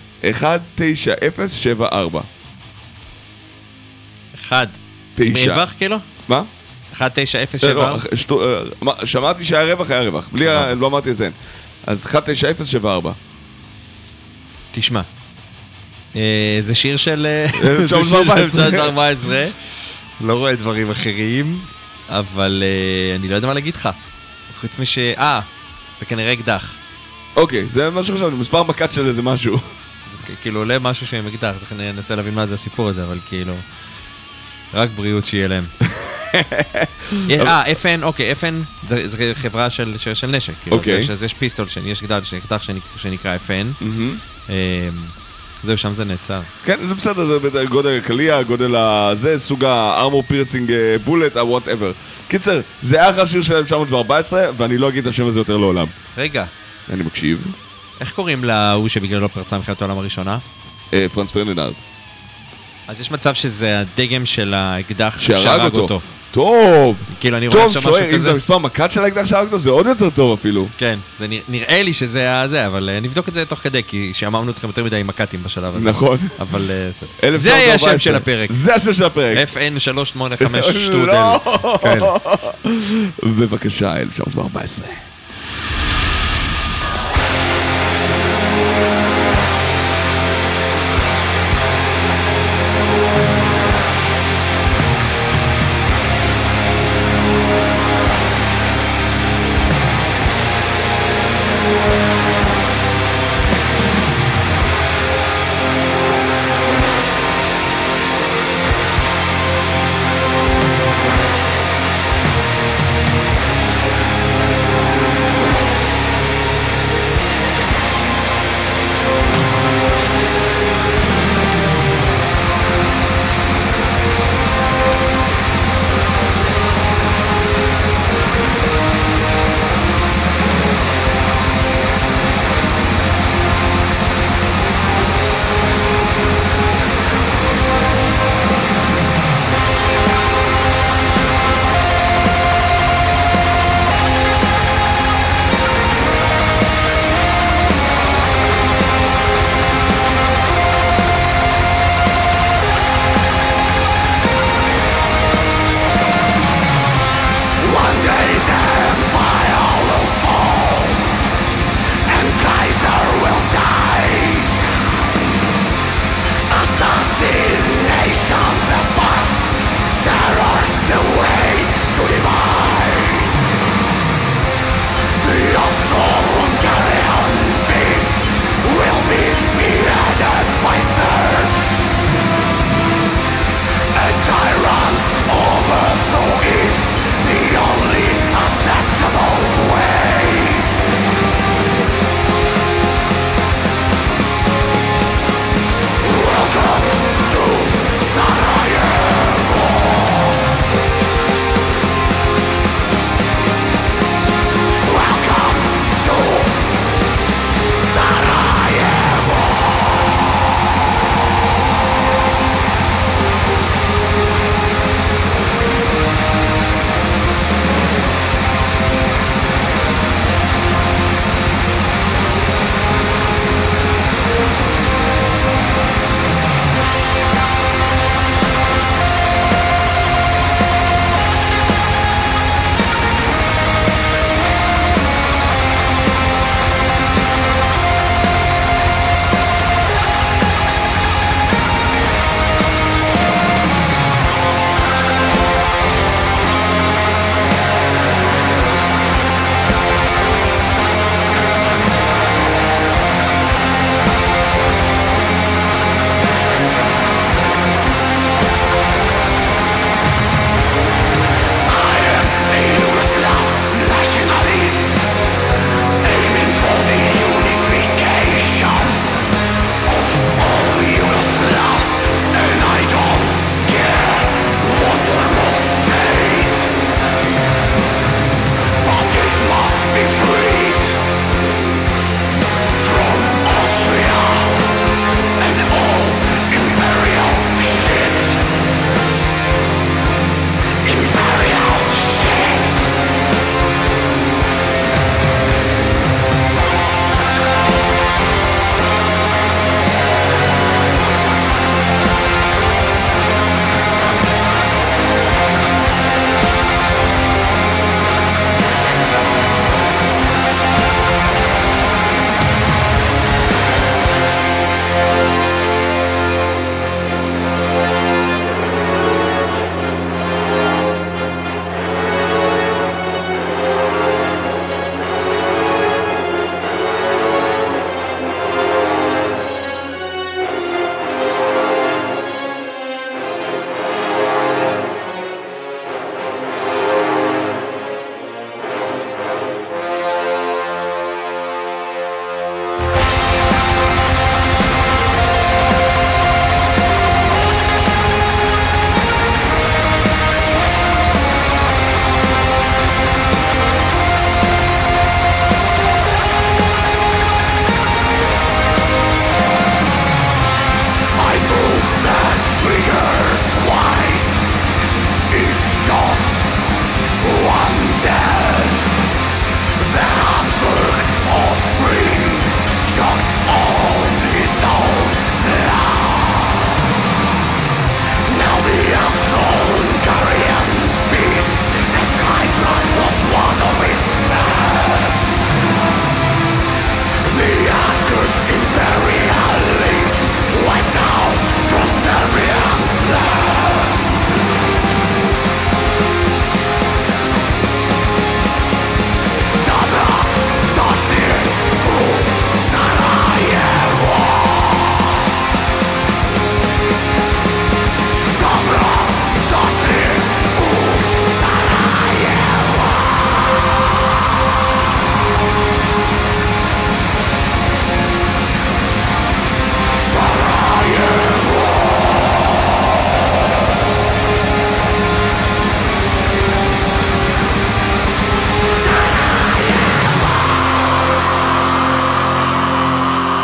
19074. 1, עם רווח כאילו? מה? 19074? שמעתי שהיה רווח, היה רווח. בלי, לא אמרתי את זה. אז 19074. תשמע. זה שיר של 1914. לא רואה דברים אחרים, אבל אני לא יודע מה להגיד לך. חוץ זה כנראה אקדח. אוקיי, זה מה שחשבנו, מספר מקט של איזה משהו. כאילו עולה משהו שהם אקדח, צריך ננסה להבין מה זה הסיפור הזה, אבל כאילו... רק בריאות שיהיה להם. FN, אוקיי, FN זה חברה של נשק. אוקיי. אז יש פיסטול, יש אקדח שנקרא FN. זהו, שם זה נעצר. כן, זה בסדר, זה גודל הקליע, גודל הזה, סוג הארמור פירסינג בולט, whatever. קיצר, זה היה אחלה שיר של 1914, ואני לא אגיד את השם הזה יותר לעולם. רגע. אני מקשיב. איך קוראים להוא שבגללו פרצה מלחמת העולם הראשונה? פרנץ פרדיננד. אז יש מצב שזה הדגם של האקדח שהרג אותו. טוב! כאילו אני רואה שם משהו כזה. טוב, אם זה המספר מקט של האקדח שהרג אותו, זה עוד יותר טוב אפילו. כן, זה נראה לי שזה זה, אבל נבדוק את זה תוך כדי, כי שאמרנו אתכם יותר מדי עם מקטים בשלב הזה. נכון. אבל זה היה השם של הפרק. זה השם של הפרק. FN385 שטודל. בבקשה, 1914.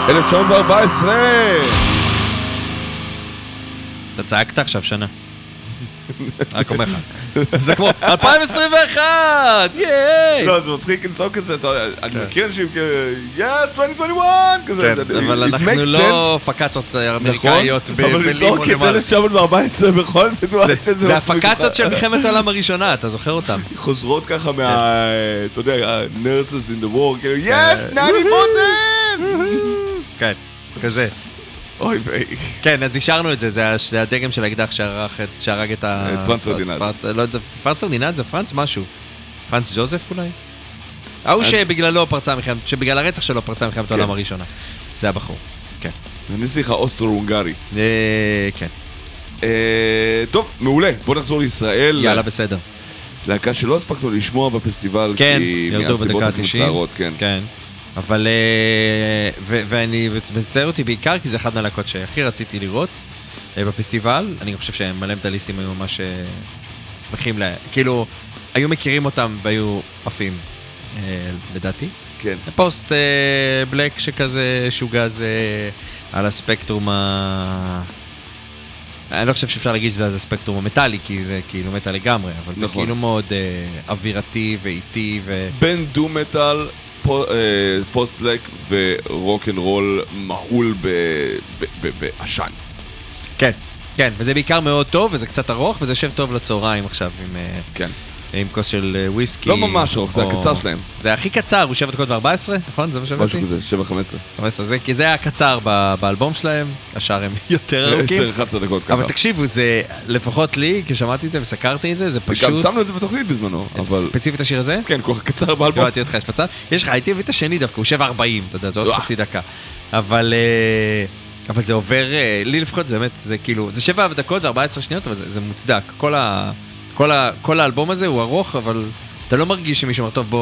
1914! אתה צעקת עכשיו שנה. רק אומר לך. זה כמו 2021! ייי! לא, זה מצחיק לצעוק את זה, אני מכיר אנשים כאילו, yes, 2021! כזה, אבל אנחנו לא פקצות אמריקאיות נכון, אבל לצעוק את 1914 בכל סיטואציה. זה הפקצות של מלחמת העולם הראשונה, אתה זוכר אותם? חוזרות ככה מה... אתה יודע, nurses in the war, כאילו, yes, 90%! כן, כזה. אוי ויי. כן, אז השארנו את זה, זה הדגם של האקדח שהרג את ה... את פרנץ פרדיננד. לא יודע, פרנץ פרדיננד זה פרנץ משהו. פרנץ ג'וזף אולי? ההוא שבגללו פרצה מלחמת, שבגלל הרצח שלו פרצה מלחמת העולם הראשונה. זה הבחור, כן. הנסיך האוסטרו-הונגרי. כן. טוב, מעולה, בוא נחזור לישראל. יאללה, בסדר. להקה שלא הספקנו לשמוע בפסטיבל, כן, כי ירדו מהסיבות בדקה המצערות, ה-90. כן. אבל, ואני מצטער אותי בעיקר, כי זה אחד מהלהקות שהכי רציתי לראות בפסטיבל. אני חושב שמלא מטליסטים היו ממש שמחים כאילו, היו מכירים אותם והיו עפים, לדעתי. כן. פוסט בלק שכזה שוגז על הספקטרום אני לא חושב שאפשר להגיד שזה הספקטרום המטאלי, כי זה כאילו מטאל לגמרי, אבל זה כאילו מאוד אווירתי ואיטי בין דו מטאל, פוסט בלק ורוק אנד רול מהול בעשן. כן, כן, וזה בעיקר מאוד טוב, וזה קצת ארוך, וזה יושב טוב לצהריים עכשיו עם כוס של וויסקי. לא ממש ארוך, זה הקצר שלהם. זה הכי קצר, הוא 7 דקות ו-14, נכון? זה מה שבאתי? משהו כזה, 7-15. זה היה הקצר באלבום שלהם, השאר הם יותר ארוכים. 10-11 דקות ככה. אבל תקשיבו, זה לפחות לי, כששמעתי את זה וסקרתי את זה, זה פשוט... גם שמנו את זה בתוכנית בזמנו, אבל... ספציפית השיר הזה? כן, כל כך קצר באלבום. ראיתי אותך, יש פצע. יש לך, הייתי הביא את השני דווקא, הוא 7:40, אתה יודע, זה עוד חצי דקה. אבל זה עובר, לי לפחות זה באמת, זה כאילו, זה 7 דקות ו-14 שניות, אבל זה מוצדק. כל האלבום הזה הוא ארוך, אבל אתה לא מרגיש שמישהו אומר, טוב,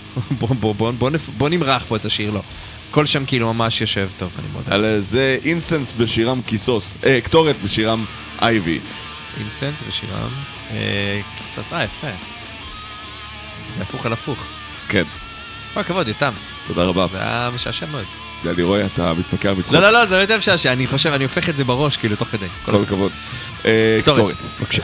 בוא נמרח פה את השיר, לא. כל שם כאילו ממש יושב טוב, אני מאוד אוהב את זה. זה אינסנס בשירם כיסוס, קטורת בשירם אייבי. אינסנס בשירם כיסוס, יפה. זה הפוך על הפוך. כן. כל הכבוד, יותם. תודה רבה. זה היה משעשע מאוד. אני רואה, אתה מתפקע מצחוק. לא, זה באמת משעשע, אני חושב, אני הופך את זה בראש, כאילו, תוך כדי. כל הכבוד. קטורת, בבקשה.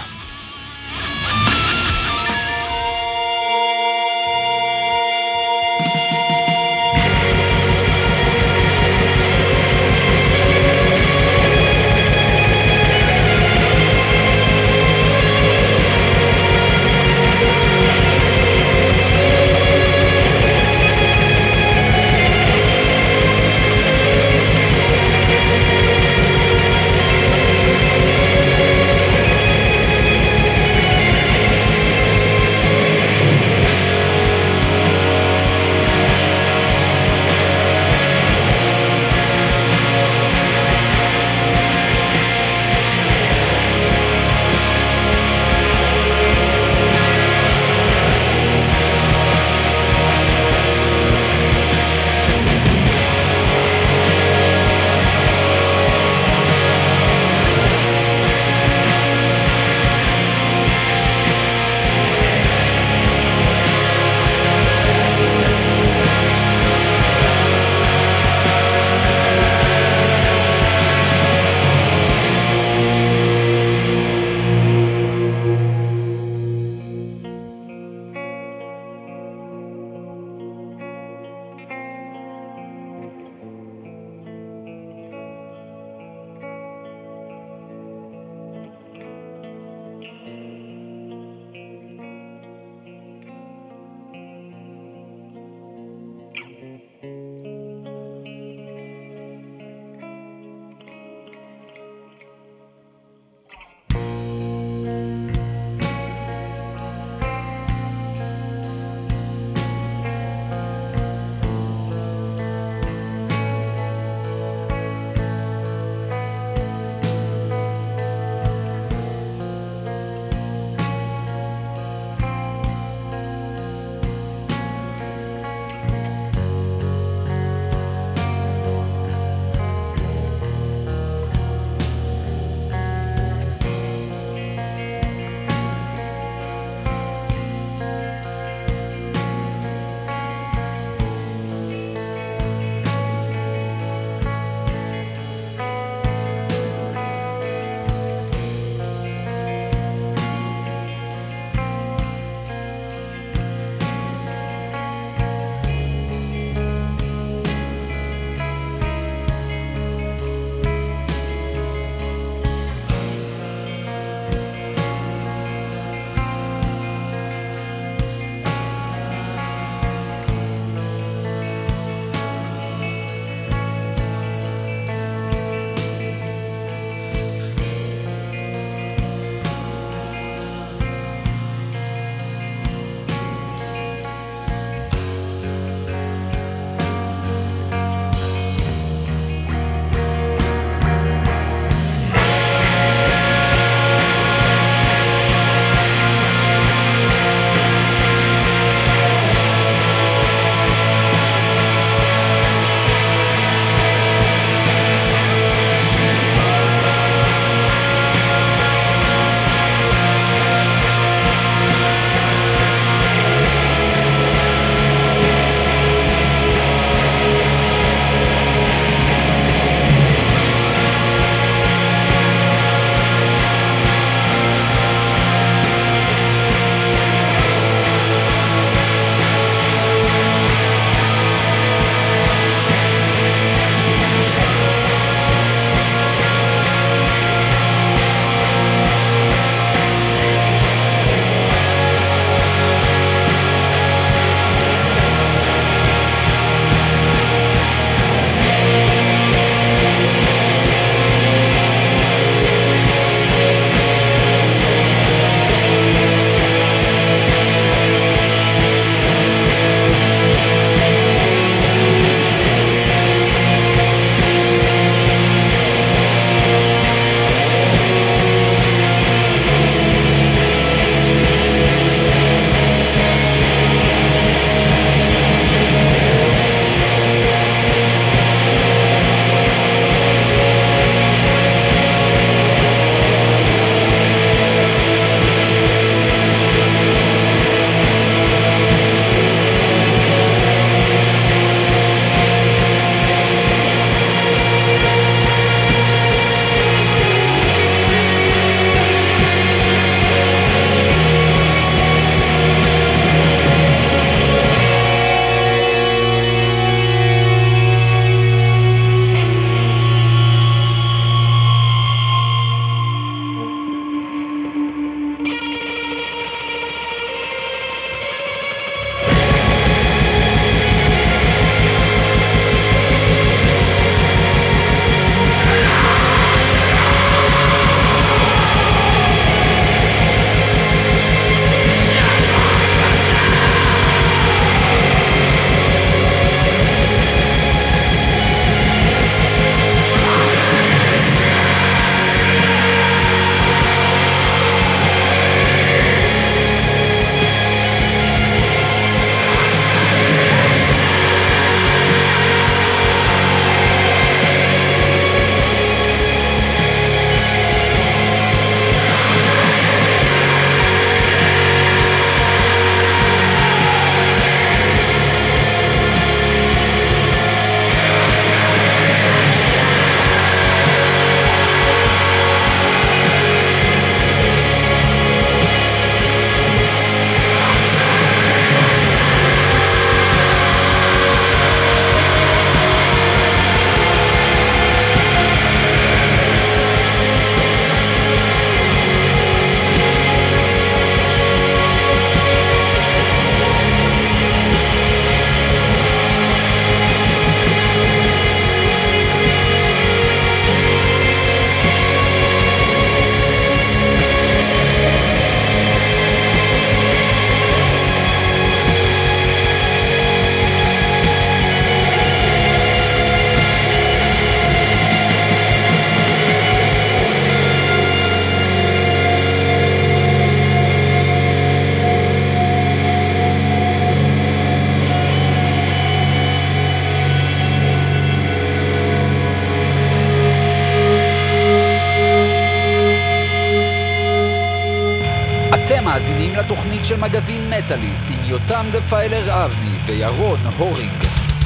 אתם מאזינים לתוכנית של מגזין מטאליסט עם יותם דפיילר אבני וירון הורינג.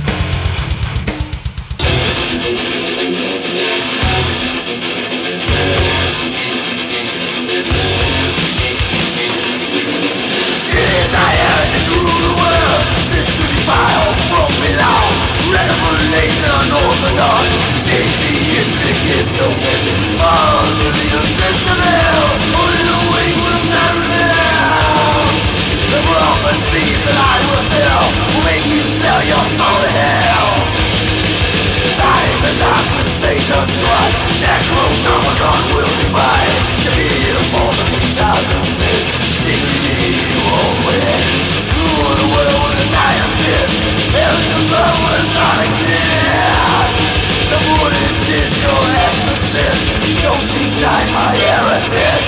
Yes, I have to rule the world, sit to the file from below. Revelation orthodox, atheistic is so messy. All to the abyss of hell, only the wing will never know. The prophecies that I will tell will make you sell your soul to hell. Time and knocks with Satan's rod, Necronomicon will divide. To be a multiple thousand sins, secretly you will win. Rule the world with a night of this, hell's your love will not exist. Someone is your exorcist, don't deny my heretic.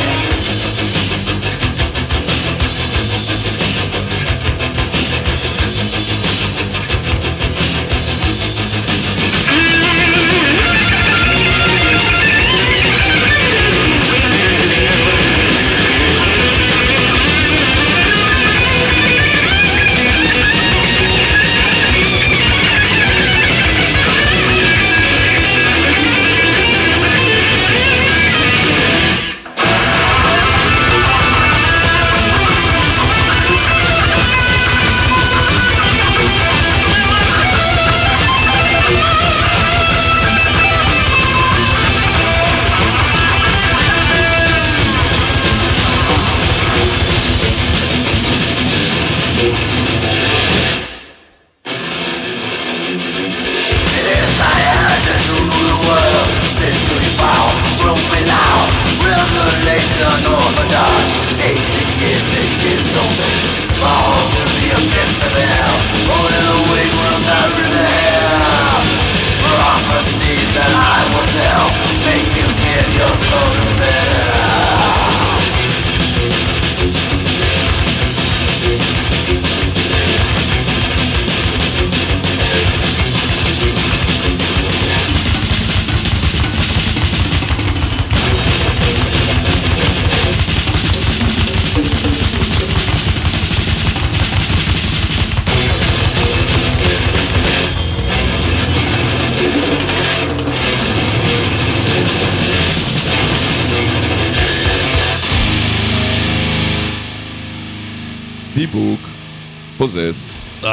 דיבוק, פוזסט.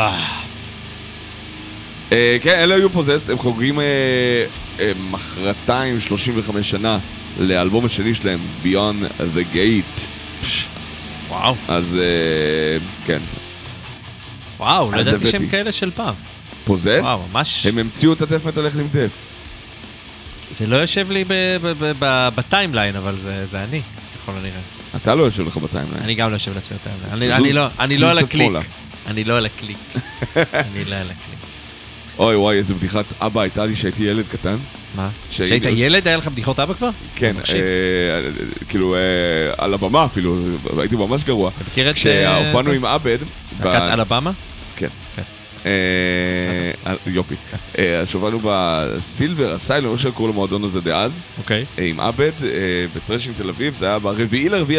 כן, אלה היו פוזסט, הם חוגגים מחרתיים 35 שנה לאלבום השני שלהם, Beyond the Gate. וואו. אז כן. וואו, לא ידעתי שהם כאלה של פעם. פוזסט? וואו, ממש. הם המציאו את הדף מטל עם דף. זה לא יושב לי בטיימליין, אבל זה אני, ככל הנראה. אתה לא יושב לך בטיימליין. אני גם לא יושב לעצמי בטיימליין. אני לא על הקליק. אני לא על הקליק. אני לא על הקליק. אוי וואי, איזה בדיחת אבא הייתה לי שהייתי ילד קטן. מה? כשהיית ילד היה לך בדיחות אבא כבר? כן, כאילו על הבמה אפילו, הייתי ממש גרוע. אתה מכיר את זה? כשהופענו עם עבד. להקת על הבמה? כן. יופי. שובנו בסילבר, הסיילון, איך שקוראים למועדון הזה דאז. אוקיי. עם עבד, בטרשינג תל אביב, זה היה ב4.4.2003.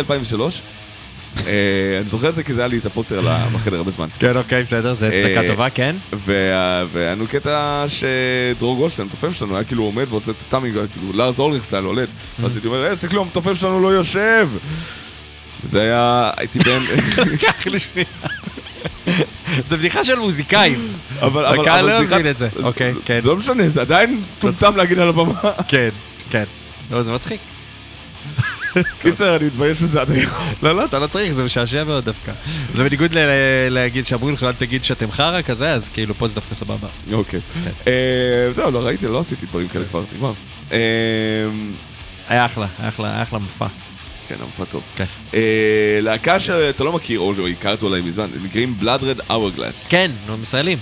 אני זוכר את זה כי זה היה לי את הפוסטר בחדר הרבה זמן. כן, אוקיי, בסדר, זה הצדקה טובה, כן. והיה לנו קטע שדרור גושטיין, המתופף שלנו, היה כאילו עומד ועושה את הטאמינג, כאילו לארס אולריכס היה לו עולד. אז הייתי אומר, תסתכלו, המתופף שלנו לא יושב. זה היה, הייתי בן... קח לי שנייה. זה בדיחה של מוזיקאים. אבל הקהל לא מבין את זה. אוקיי, כן. זה לא משנה, זה עדיין טומטם להגיד על הבמה. כן, כן. לא, זה מצחיק. קיצר, אני מתבייש בזה עד היום. לא, אתה לא צריך, זה משעשע מאוד דווקא. זה בניגוד להגיד שאמרו לך, אל תגיד שאתם חרא כזה, אז כאילו פה זה דווקא סבבה. אוקיי. זהו, לא ראיתי, לא עשיתי דברים כאלה כבר, נגמר. היה אחלה מופע. כן, המופע טוב. להקה שאתה לא מכיר, או הכרת אולי מזמן, נקראים Blood Red Hourglass. כן, הם ישראלים.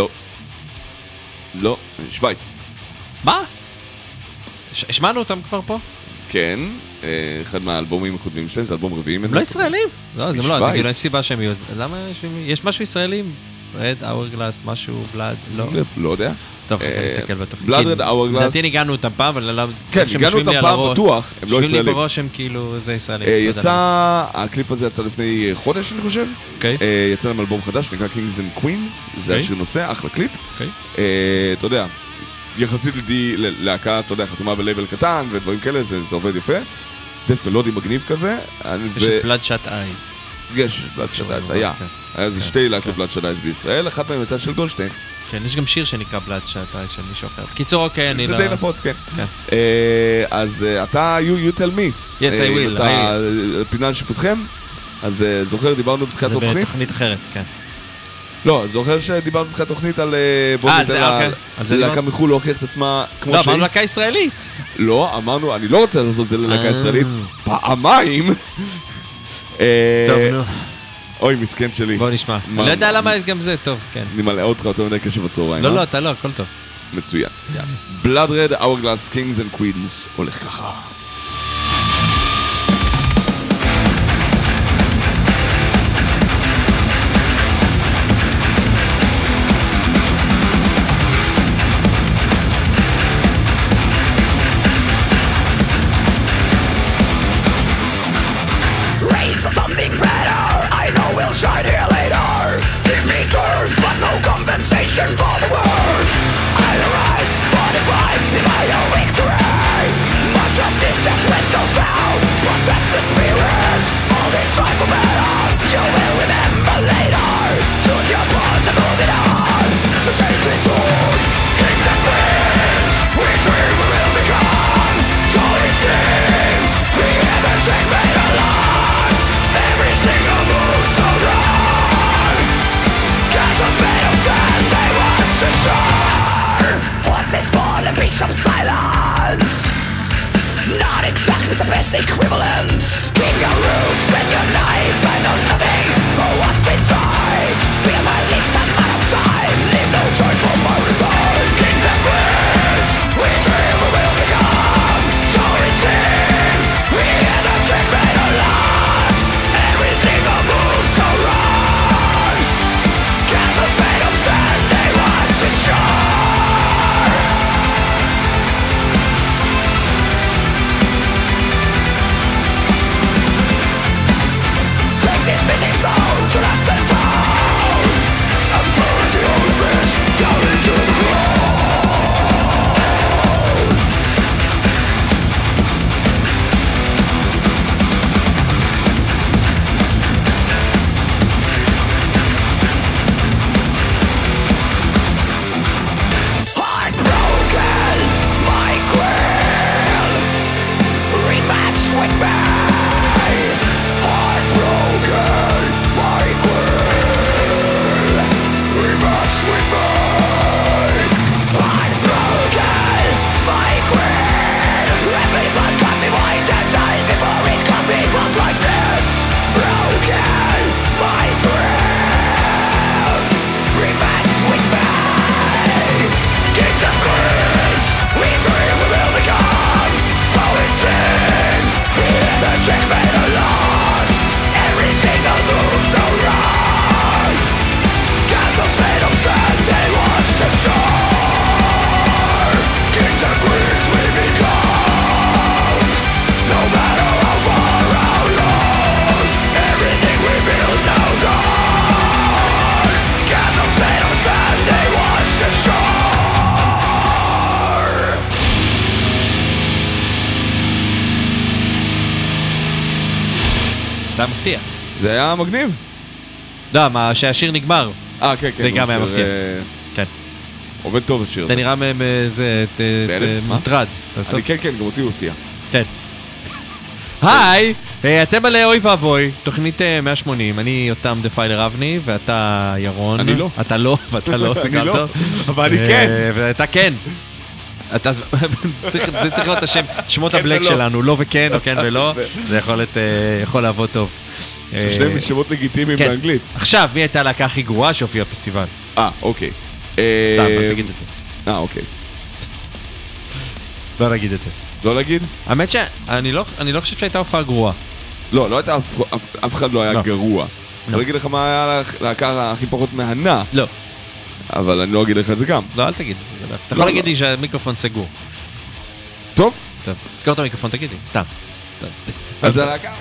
לא, שוויץ. מה? השמענו אותם כבר פה? כן, אחד מהאלבומים הקודמים שלהם, זה אלבום רביעי. הם לא ישראלים? לא, זה לא, תגיד, אין סיבה שהם יהיו... למה יש משהו ישראלים? Red Hourglass, משהו, בלאד, לא. לא יודע. טוב, נסתכל בתוכנית. בלאדרד אאורגלאס. לדעתי ניגענו אותם פעם, אבל... כן, ניגענו אותם פעם בטוח, הם לא ישראלים. שבילי בראש הם כאילו, זה ישראלים. הקליפ הזה יצא לפני חודש, אני חושב. יצא להם אלבום חדש, נקרא Kings and Queens, זה השיר נושא, אחלה קליפ. אתה יודע, יחסית ללהקה, אתה יודע, חתומה בלייבל קטן ודברים כאלה, זה עובד יפה. דף מלודי מגניב כזה. יש את Bloodshot Eyes. יש, Bloodshot Eyes, היה. היה איזה שתי להקות Bloodshot Eyes בישראל, אחת מהם הייתה של גולדשטיין. כן, יש גם שיר שנקרא Bloodshot Eyes של מישהו אחר. קיצור, אוקיי, אני לא... זה די נפוץ, כן. אז אתה, you tell me. Yes, I will. פינה על שיפוטכם. אז זוכר, דיברנו בתחילת התוכנית? זה בתוכנית אחרת, כן. לא, זוכר שדיברנו בתחילת התוכנית על... בוא ניתן להקה מחול להוכיח את עצמה כמו שהיא. לא, אמרנו להקה ישראלית. לא, אמרנו, אני לא רוצה לעשות את זה ללהקה ישראלית. פעמיים. טוב, נו. אוי, מסכן שלי. בוא נשמע. אני לא יודע למה גם זה, טוב, כן. אני מלא אותך יותר מדי קשה בצהריים. לא, אתה לא, הכל טוב. מצוין. Bloodred Hourglass Kings and Queens הולך ככה. For the world, I arise, fortified in my own victory. Much of this just went so foul, but that's the spirit. All this time for better, you will remember later. Choose your path and move it on. To change this world, kings and queens, we dream we will become. So it seems, we haven't take made a lot. Every single move so wrong. Castles made of sand, they was to shore. Horses fall and be some silence. Not exactly the best equivalent. Keep your roots and your knife. I know nothing but what's inside. Feel my lips, I'm out of time. Leave no choice for my result. Kings and queens, we dream we will become. So it seems, we had a trick made a lot. Every single move so wrong. Castles made of sand, they was to shore. Take this missing soul to last and down. And burn the old bitch down into the ground. Heartbroken, my queen, rematch with me. Heartbroken, my queen, rematch with me. Heartbroken, my queen, every blood can be wiped and died before it can become like this. Broken, my friends, rematch with me. Kings and queens, we dream we will become. So it seems, we had the check made a lot. Every single move so wrong. Castles made of sand, they wash ashore. Kings and queens we become. No matter how far, how long. Everything we build now gone. Castles made of sand, they wash ashore. זה היה מפתיע. זה היה מגניב. לא, מה שהשיר נגמר. כן, כן. זה גם היה מפתיע. כן. עובד טוב השיר הזה. אתה נראה זה מוטרד. כן, כן, גם אותי הוא הפתיע. כן. היי, אתם על אוי ואבוי, תוכנית 180, אני יותם דפיילר אבני, ואתה ירון. אני לא. אתה לא, ואתה לא, זה גם טוב. אבל אני כן. ואתה כן. זה צריך להיות השם, שמות הבלק שלנו, לא וכן, או כן ולא, זה יכול לעבוד טוב. ששניהם שמות לגיטימיים באנגלית. עכשיו, מי הייתה להקה הכי גרועה שהופיעה בפסטיבל? אוקיי. סתם, לא תגיד את זה. אוקיי. לא נגיד את זה. לא להגיד? האמת שאני לא חושב שהייתה הופעה גרועה. לא, לא הייתה, אף אחד לא היה גרוע. אני אגיד לך מה היה להקה הכי פחות מהנה. לא. אבל אני לא אגיד לך את זה גם. לא, אל תגיד. אתה יכול להגיד לי שהמיקרופון סגור. טוב. טוב, תזכור את המיקרופון, תגיד לי. סתם. אז זה להקה.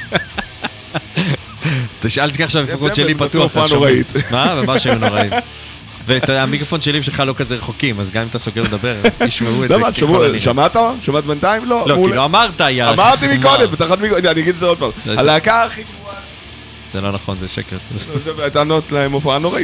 תשאל שכך שהמיקרופון שלי פתוח. הופעה נוראית. מה? ממש היו נוראים. והמיקרופון שלי ושלך לא כזה רחוקים, אז גם אם אתה סוגר לדבר, ישמעו את זה. למה? שמעת? שמעת בינתיים? לא. לא, כאילו אמרת, יאללה. אמרתי מקודם, אני אגיד את זה עוד פעם. הלהקה הכי גרועה. זה לא נכון, זה שקר. הייתה נות להם הופעה נוראית.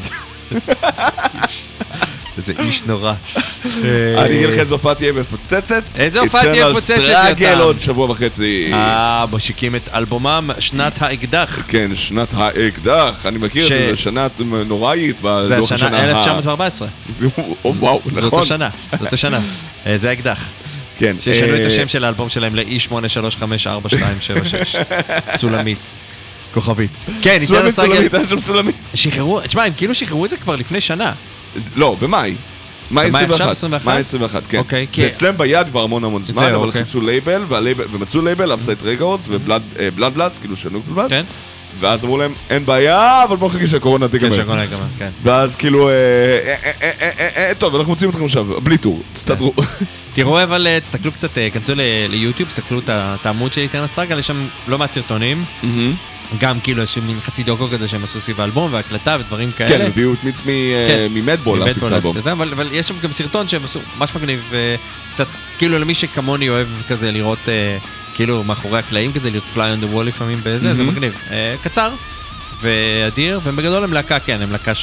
איזה איש נורא. אני אגיד לך איזה הופעה תהיה מפוצצת. איזה הופעה תהיה מפוצצת? סטראגל עוד שבוע וחצי. משיקים את אלבומם שנת האקדח. כן, שנת האקדח. אני מכיר את זה, זה שנה נוראית. זה השנה 1914. וואו, נכון. זאת השנה. זה האקדח. כן. שישנו את השם של האלבום שלהם ל-E8354276. סולמית. כוכבית. כן, סולמית, סולמית, היה שם סולמית. שחררו, תשמע, הם כאילו שחררו את זה כבר לפני שנה. לא, במאי. מאי 21. מאי 21, כן. אוקיי. זה אצלם ביד כבר המון זמן, אבל חיפשו לייבל, ומצאו לייבל, אפסייט רגורדס, ובלאד בלאס, כאילו שנוק בלאס. כן. ואז אמרו להם, אין בעיה, אבל בואו נחכה שהקורונה תיגמר. כן, שהקורונה תיגמר, כן. ואז כאילו, טוב, אנחנו מוצאים אתכם עכשיו, בלי טור, תסתדרו. תראו, אבל תסתכלו קצת, כנסו ליוטיוב, תסתכלו את העמוד של איתרנל סטראגל, יש שם לא מעט סרטונים. גם כאילו איזשהו מין חצי דוקו כזה שהם עשו סביב האלבום והקלטה ודברים כאלה. כן, הביאו את מיץ ממדבול להפיק את האלבום. אבל יש שם גם סרטון שהם עשו ממש מגניב, קצת כאילו למי שכמוני אוהב כזה לראות כאילו מאחורי הקלעים כזה, להיות fly on the wall לפעמים בזה, זה מגניב. קצר ואדיר, ובגדול הם להקה, כן, הם להקה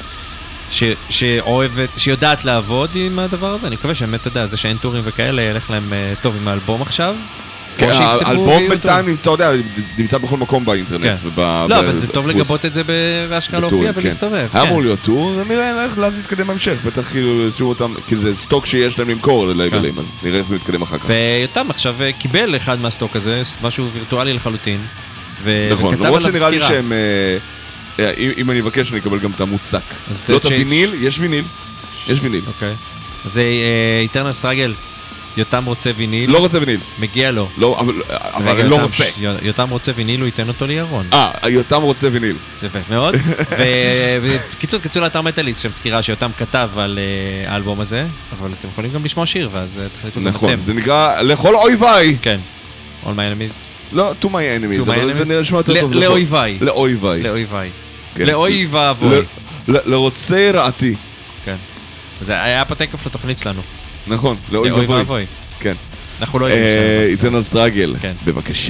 שאוהבת, שיודעת לעבוד עם הדבר הזה. אני מקווה שבאמת, אתה יודע, זה שאין טורים וכאלה, ילך להם טוב עם האלבום עכשיו. האלבום בינתיים, אתה יודע, נמצא בכל מקום באינטרנט. לא, אבל זה טוב לגבות את זה בהשקעה להופיע ולהסתובב. היה אמור להיות טור, נראה איך זה יתקדם בהמשך. בטח כאילו ישאירו אותם, כי זה סטוק שיש להם למכור ללייבלים, אז נראה איך זה מתקדם אחר כך. ויותם עכשיו קיבל אחד מהסטוק הזה, משהו וירטואלי לחלוטין. נכון, למרות שנראה לי שהם, אם אני אבקש אני אקבל גם את המוצק. לא את הוויניל, יש ויניל. יש ויניל. אוקיי. אז איתרנל סטראגל. יותם רוצה ויניל. לא רוצה ויניל. מגיע לו. לא, אבל אני לא רוצה. יותם רוצה ויניל, הוא ייתן אותו לירון. יותם רוצה ויניל. יפה, מאוד. ובקיצור, קצור לאתר מטאליסט, שם סקירה שיותם כתב על האלבום הזה, אבל אתם יכולים גם לשמוע שיר, ואז תחליטו גם אתם. נכון, זה נקרא לכל אויביי. כן. All my enemies. לא, to my enemies, אבל זה נראה לשמוע יותר טוב. לאויביי. לאויביי. לאויביי. לאויב ואבוי. לרוצה רעתי. כן. זה היה פתקוף לתוכנית שלנו. נכון, לאויב ואבוי. כן. אנחנו לא יודעים שלנו. איתרנל סטראגל, בבקשה.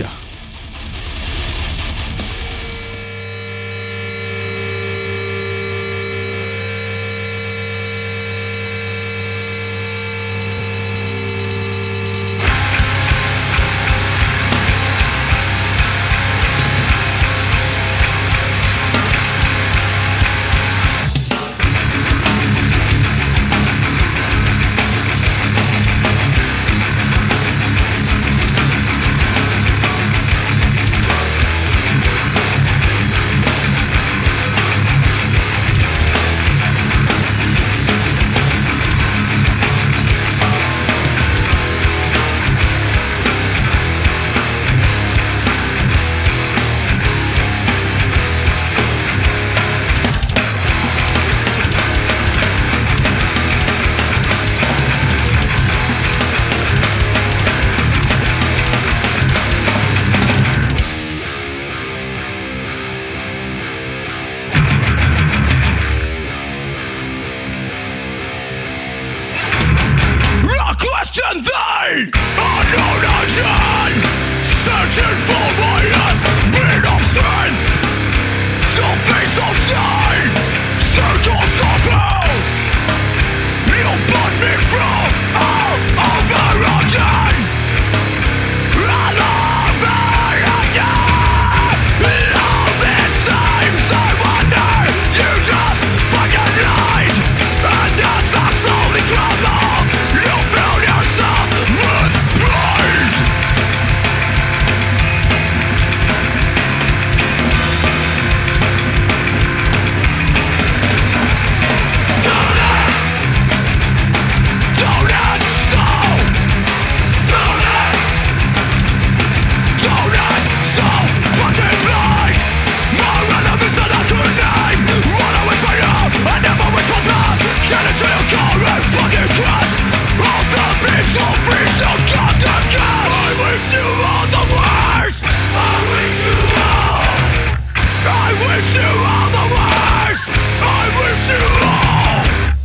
wish you all the worst. I wish you all.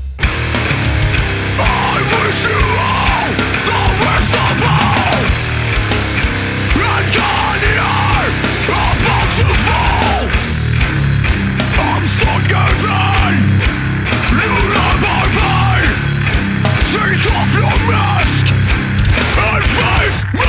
I wish you all the worst of all. And God here, about to fall. I'm so guilty. You love our pain. Take off your mask and face me.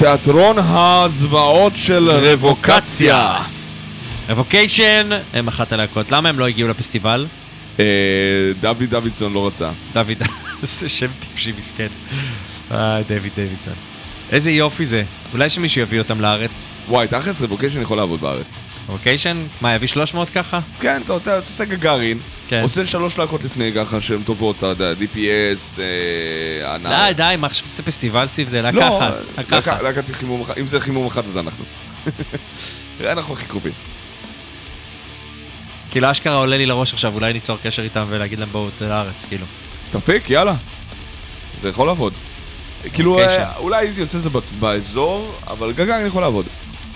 תיאטרון הזוועות של רבוקציה. רבוקיישן הם אחת הלהקות. למה הם לא הגיעו לפסטיבל? דוד דוידסון לא רצה. דוד, זה שם טיפשי מסכן. דוד דוידסון. איזה יופי זה. אולי שמישהו יביא אותם לארץ. וואי, תכלס רבוקיישן יכול לעבוד בארץ. רבוקיישן? מה, יביא 300 ככה? כן, אתה עושה גגארין, עושה 3 להקות לפני ככה שהן טובות, אתה יודע, DPS, די, מה חושב שזה פסטיבל סביב זה? לקחת. להקת חימום אחד, אם זה חימום אחד אז אנחנו. אנחנו הכי קרובים. כאילו אשכרה עולה לי לראש עכשיו, אולי ניצור קשר איתם ולהגיד להם בואו לארץ, כאילו. תפיק, יאללה. זה יכול לעבוד. כאילו, אולי הייתי עושה את זה באזור, אבל גגארין יכול לעבוד.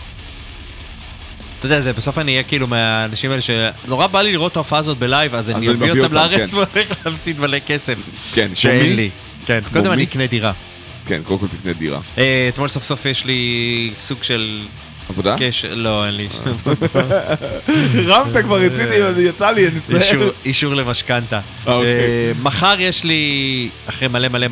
אתה יודע, בסוף אני אהיה כאילו מהאנשים האלה שנורא בא לי לראות את ההופעה הזאת בלייב, אז אני אביא אותם לארץ והולך להפסיד מלא כסף. כן, שאין לי. כן, קודם אני אקנה דירה. כן, קודם כל תקנה דירה. אתמול סוף סוף יש לי סוג של... עבודה? לא, אין לי. רמת כבר רציתי, יצא לי, אני אצטער. אישור למשכנתה. מחר יש לי, אחרי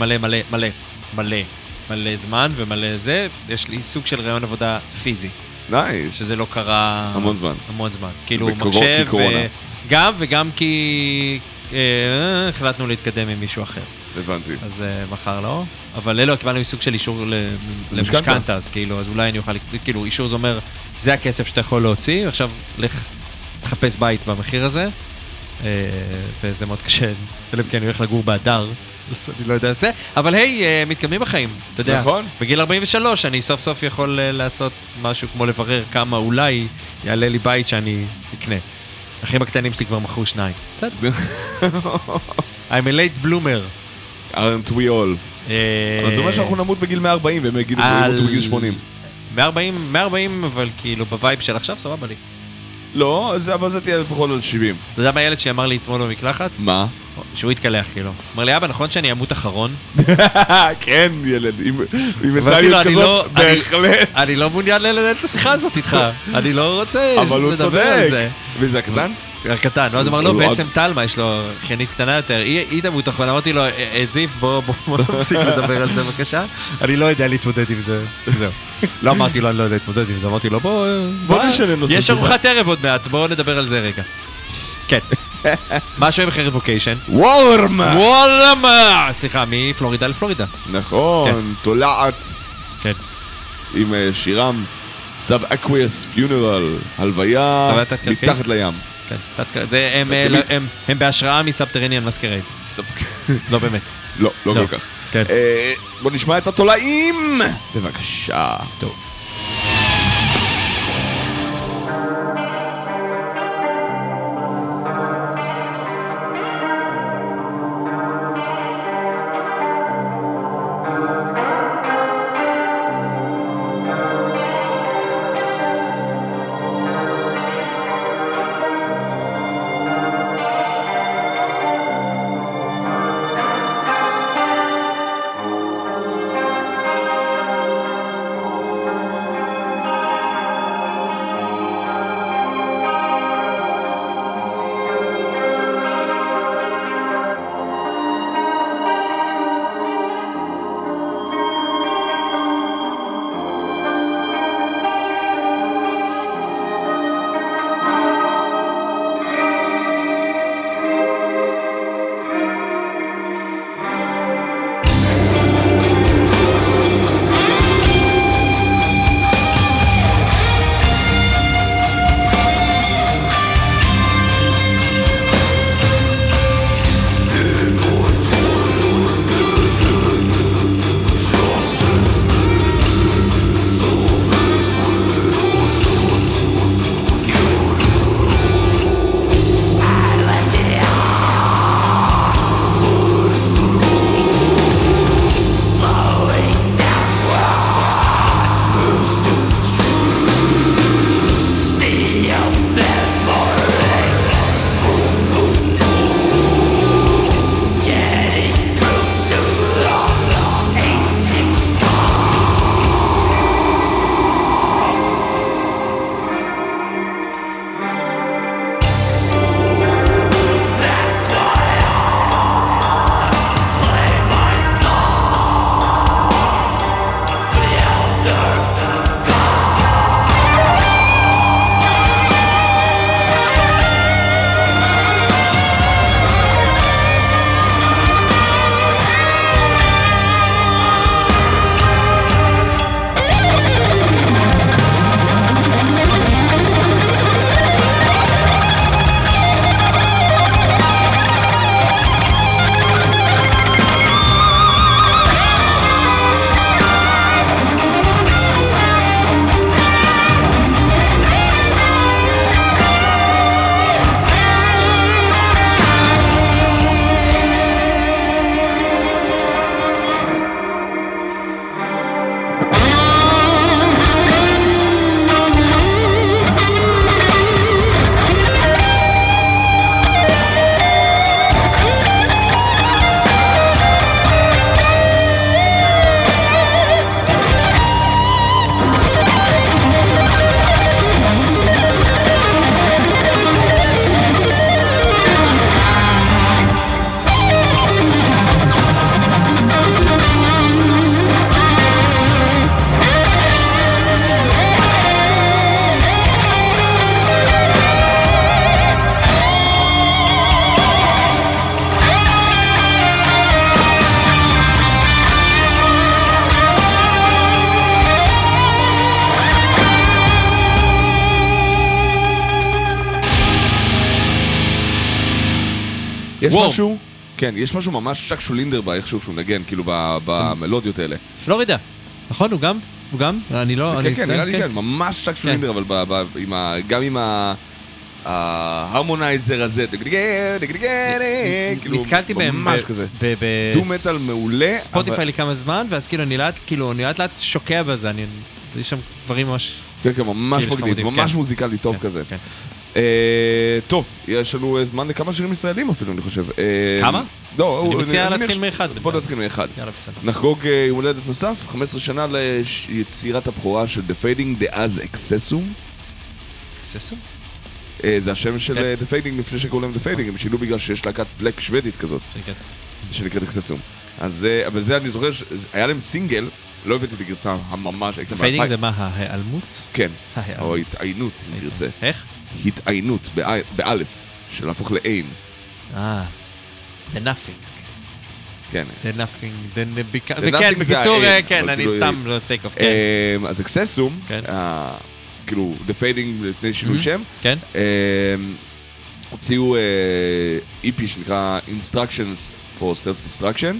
מלא זמן ומלא זה, יש לי סוג של רעיון עבודה פיזי. נייס. שזה לא קרה... המון זמן. המון זמן. כאילו מחשב, גם וגם כי החלטנו להתקדם עם מישהו אחר. הבנתי. אז מחר לא. אבל לא, קיבלנו סוג של אישור למשכנתה, אז כאילו, אז אולי אני אוכל... כאילו, אישור זה אומר, זה הכסף שאתה יכול להוציא, ועכשיו לך תחפש בית במחיר הזה, וזה מאוד קשה. אלא אם כן אני הולך לגור באדר, אז אני לא יודע את זה. אבל היי, מתקדמים בחיים, אתה יודע. נכון. בגיל 43 אני סוף סוף יכול לעשות משהו כמו לברר כמה אולי יעלה לי בית שאני אקנה. האחים הקטנים שלי כבר מכרו 2. בסדר. I'm a late bloomer. aren't we all. אבל זה אומר שאנחנו נמות בגיל 140 והם יגידו בגיל 80. 140 אבל כאילו בווייב של עכשיו סבבה לי. לא, אבל זה תהיה לפחות על 70. אתה יודע מה הילד שאמר לי אתמול במקלחת? מה? שהוא התקלח כאילו. אמר לי, אבא, נכון שאני אמות אחרון? כן, ילד, עם מנטליות כזאת, בהחלט. אני לא מעוניין לנהל את השיחה הזאת איתך. אני לא רוצה לדבר על זה. וזה הקטן? הקטן, אז אמר לו, בעצם טלמה, יש לו חיינית קטנה יותר, היא תמות אחרון, אמרתי לו, זיף, בוא נפסיק לדבר על זה בבקשה. אני לא יודע להתמודד עם זה. זהו. לא אמרתי לו, אני לא יודע להתמודד עם זה, אמרתי לו, בוא נשנה נושא. יש ארוחת ערב עוד מעט, בואו נדבר על זה רגע. כן. מה השם אחרי רבוקיישן? וולרמה! סליחה, מפלורידה לפלורידה. נכון, תולעת. כן. עם שירם סאב-אקוויאס פיונרל, הלוויה מתחת לים. כן, הם בהשראה מסאבטרניאן מסקרייד. לא באמת. לא כל כך. בוא נשמע את התולעים! בבקשה. טוב. יש משהו, כן, יש משהו ממש צ'אק שולינדר באיכשהו שהוא נגן, כאילו במלודיות האלה. פלורידה, נכון? הוא גם? אני לא... כן, נראה לי כן, ממש צ'אק שולינדר, אבל גם עם ההרמונייזר הזה, נתקלתי ממש כזה. דו מטל מעולה. ספוטיפיי לי כמה זמן, ואז כאילו נראה לאט שוקע בזה, יש שם דברים ממש... כן, ממש מגניב, ממש מוזיקלי טוב כזה. טוב, יש לנו זמן לכמה שירים ישראלים אפילו, אני חושב. כמה? לא, אני מציע להתחיל מאחד. בוא נתחיל מאחד. יאללה, בסדר. נחגוג יום הולדת נוסף, 15 שנה ליצירת הבכורה של The Fading, דאז אקססום. אקססום? זה השם של The Fading לפני שקוראים להם The Fading, הם שילו בגלל שיש להקת בלק שוודית כזאת. שנקראת אקססום. אבל זה אני זוכר, היה להם סינגל, לא הבאתי את הגרסה הממש... The Fading זה מה, ההיעלמות? כן, או התעיינות, אם תרצה. איך? התעיינות, באלף, של להפוך לאין. The Nothing. כן. The Nothing, וכן, בקיצור, כן, אני סתם לא take off, כן. אז אקססום, כאילו, The Fading לפני שינוי שם, כן. הוציאו EP שנקרא Instructions for Self-Destruction,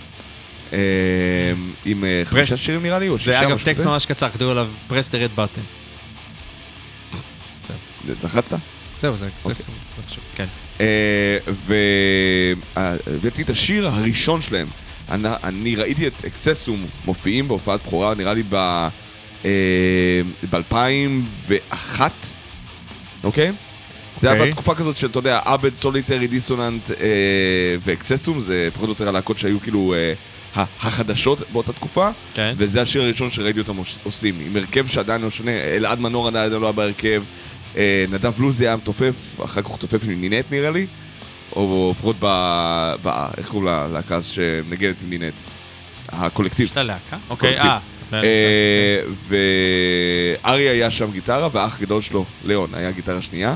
עם 5 שירים נראה לי, או 6 זה אגב טקסט ממש קצר, כתוב עליו Press the Red Button. לחצת? זהו, זה אקססום, כן. והבאתי את השיר הראשון שלהם. אני ראיתי את אקססום מופיעים בהופעת בכורה, נראה לי ב-2001, אוקיי? זה היה בתקופה כזאת של, אתה יודע, אבד, סוליטרי, דיסוננט ואקססום, זה פחות או יותר הלהקות שהיו כאילו החדשות באותה תקופה, וזה השיר הראשון שראיתי אותם עושים, עם הרכב שעדיין לא שונה, אלעד מנור עדיין לא היה בהרכב, נדב לוזי היה מתופף, אחר כך הוא תופף עם נינט נראה לי, או לפחות איך קוראים להקה שנגנת עם נינט? הקולקטיב. יש לה להקה? אוקיי, וארי היה שם גיטרה, והאח גדול שלו, ליאון, היה גיטרה שנייה,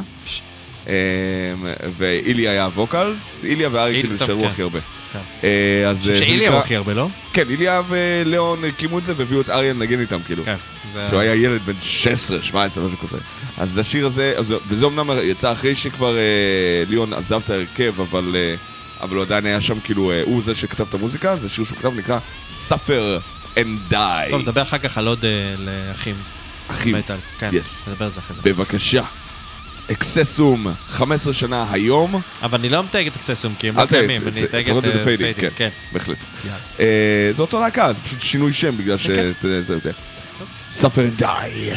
ואילי היה ווקלס, איליה וארי כאילו נשארו הכי הרבה. שאיליה הוא הכי הרבה, לא? כן, איליה וליאון הקימו את זה והביאו את אריה לנגן איתם, כאילו. שהוא היה ילד בן 16, 17, משהו כזה. אז השיר הזה, וזה אמנם יצא אחרי שכבר ליאון עזב את ההרכב, אבל הוא עדיין היה שם, כאילו, הוא זה שכתב את המוזיקה, זה שיר שהוא כתב, נקרא Suffer and Die. טוב, נדבר אחר כך על עוד לאחים. אחים, יס. נדבר על זה אחרי זה. בבקשה. אקססום, 15 שנה היום. אבל אני לא מתייג את אקססום, כי הם לא קיימים, אני מתייג את פיידינג, כן. בהחלט. זה אותו להקה, זה פשוט שינוי שם, בגלל שזה יותר. Suffer and Die.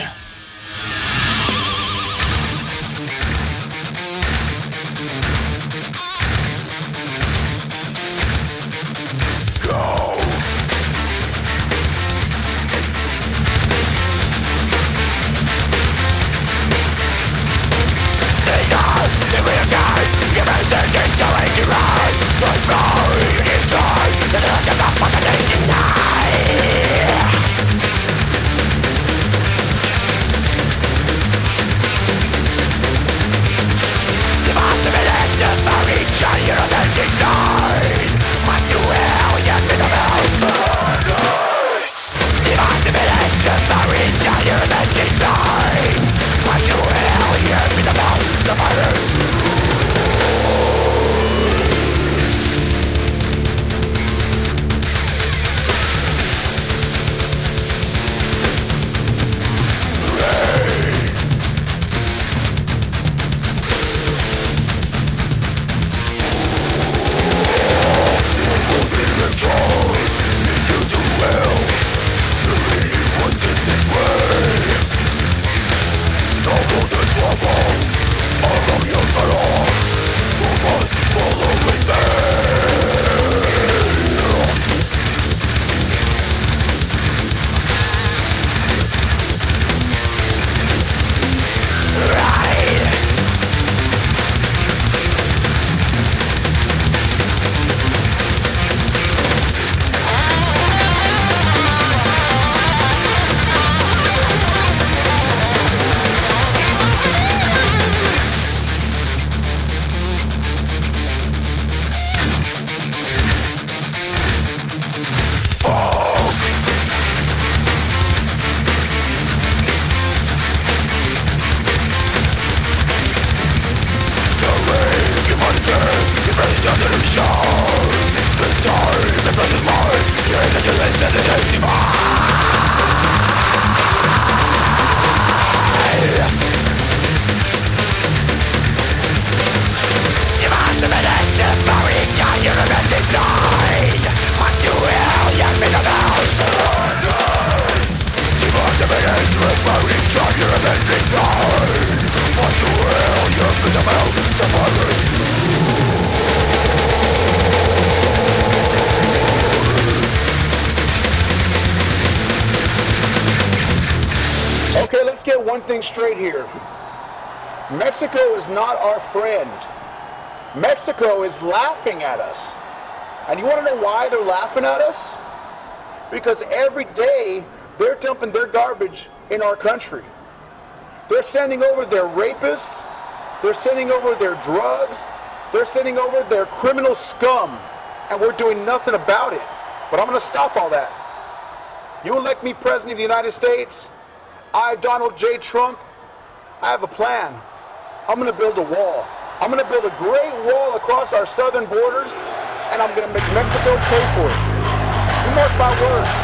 thing straight here. Mexico is not our friend. Mexico is laughing at us. And you want to know why they're laughing at us? Because every day they're dumping their garbage in our country. They're sending over their rapists, they're sending over their drugs, they're sending over their criminal scum, and we're doing nothing about it. But I'm going to stop all that. You elect me President of the United States, I, Donald J. Trump, I have a plan. I'm going to build a wall. I'm going to build a great wall across our southern borders, and I'm going to make Mexico pay for it. You mark my words.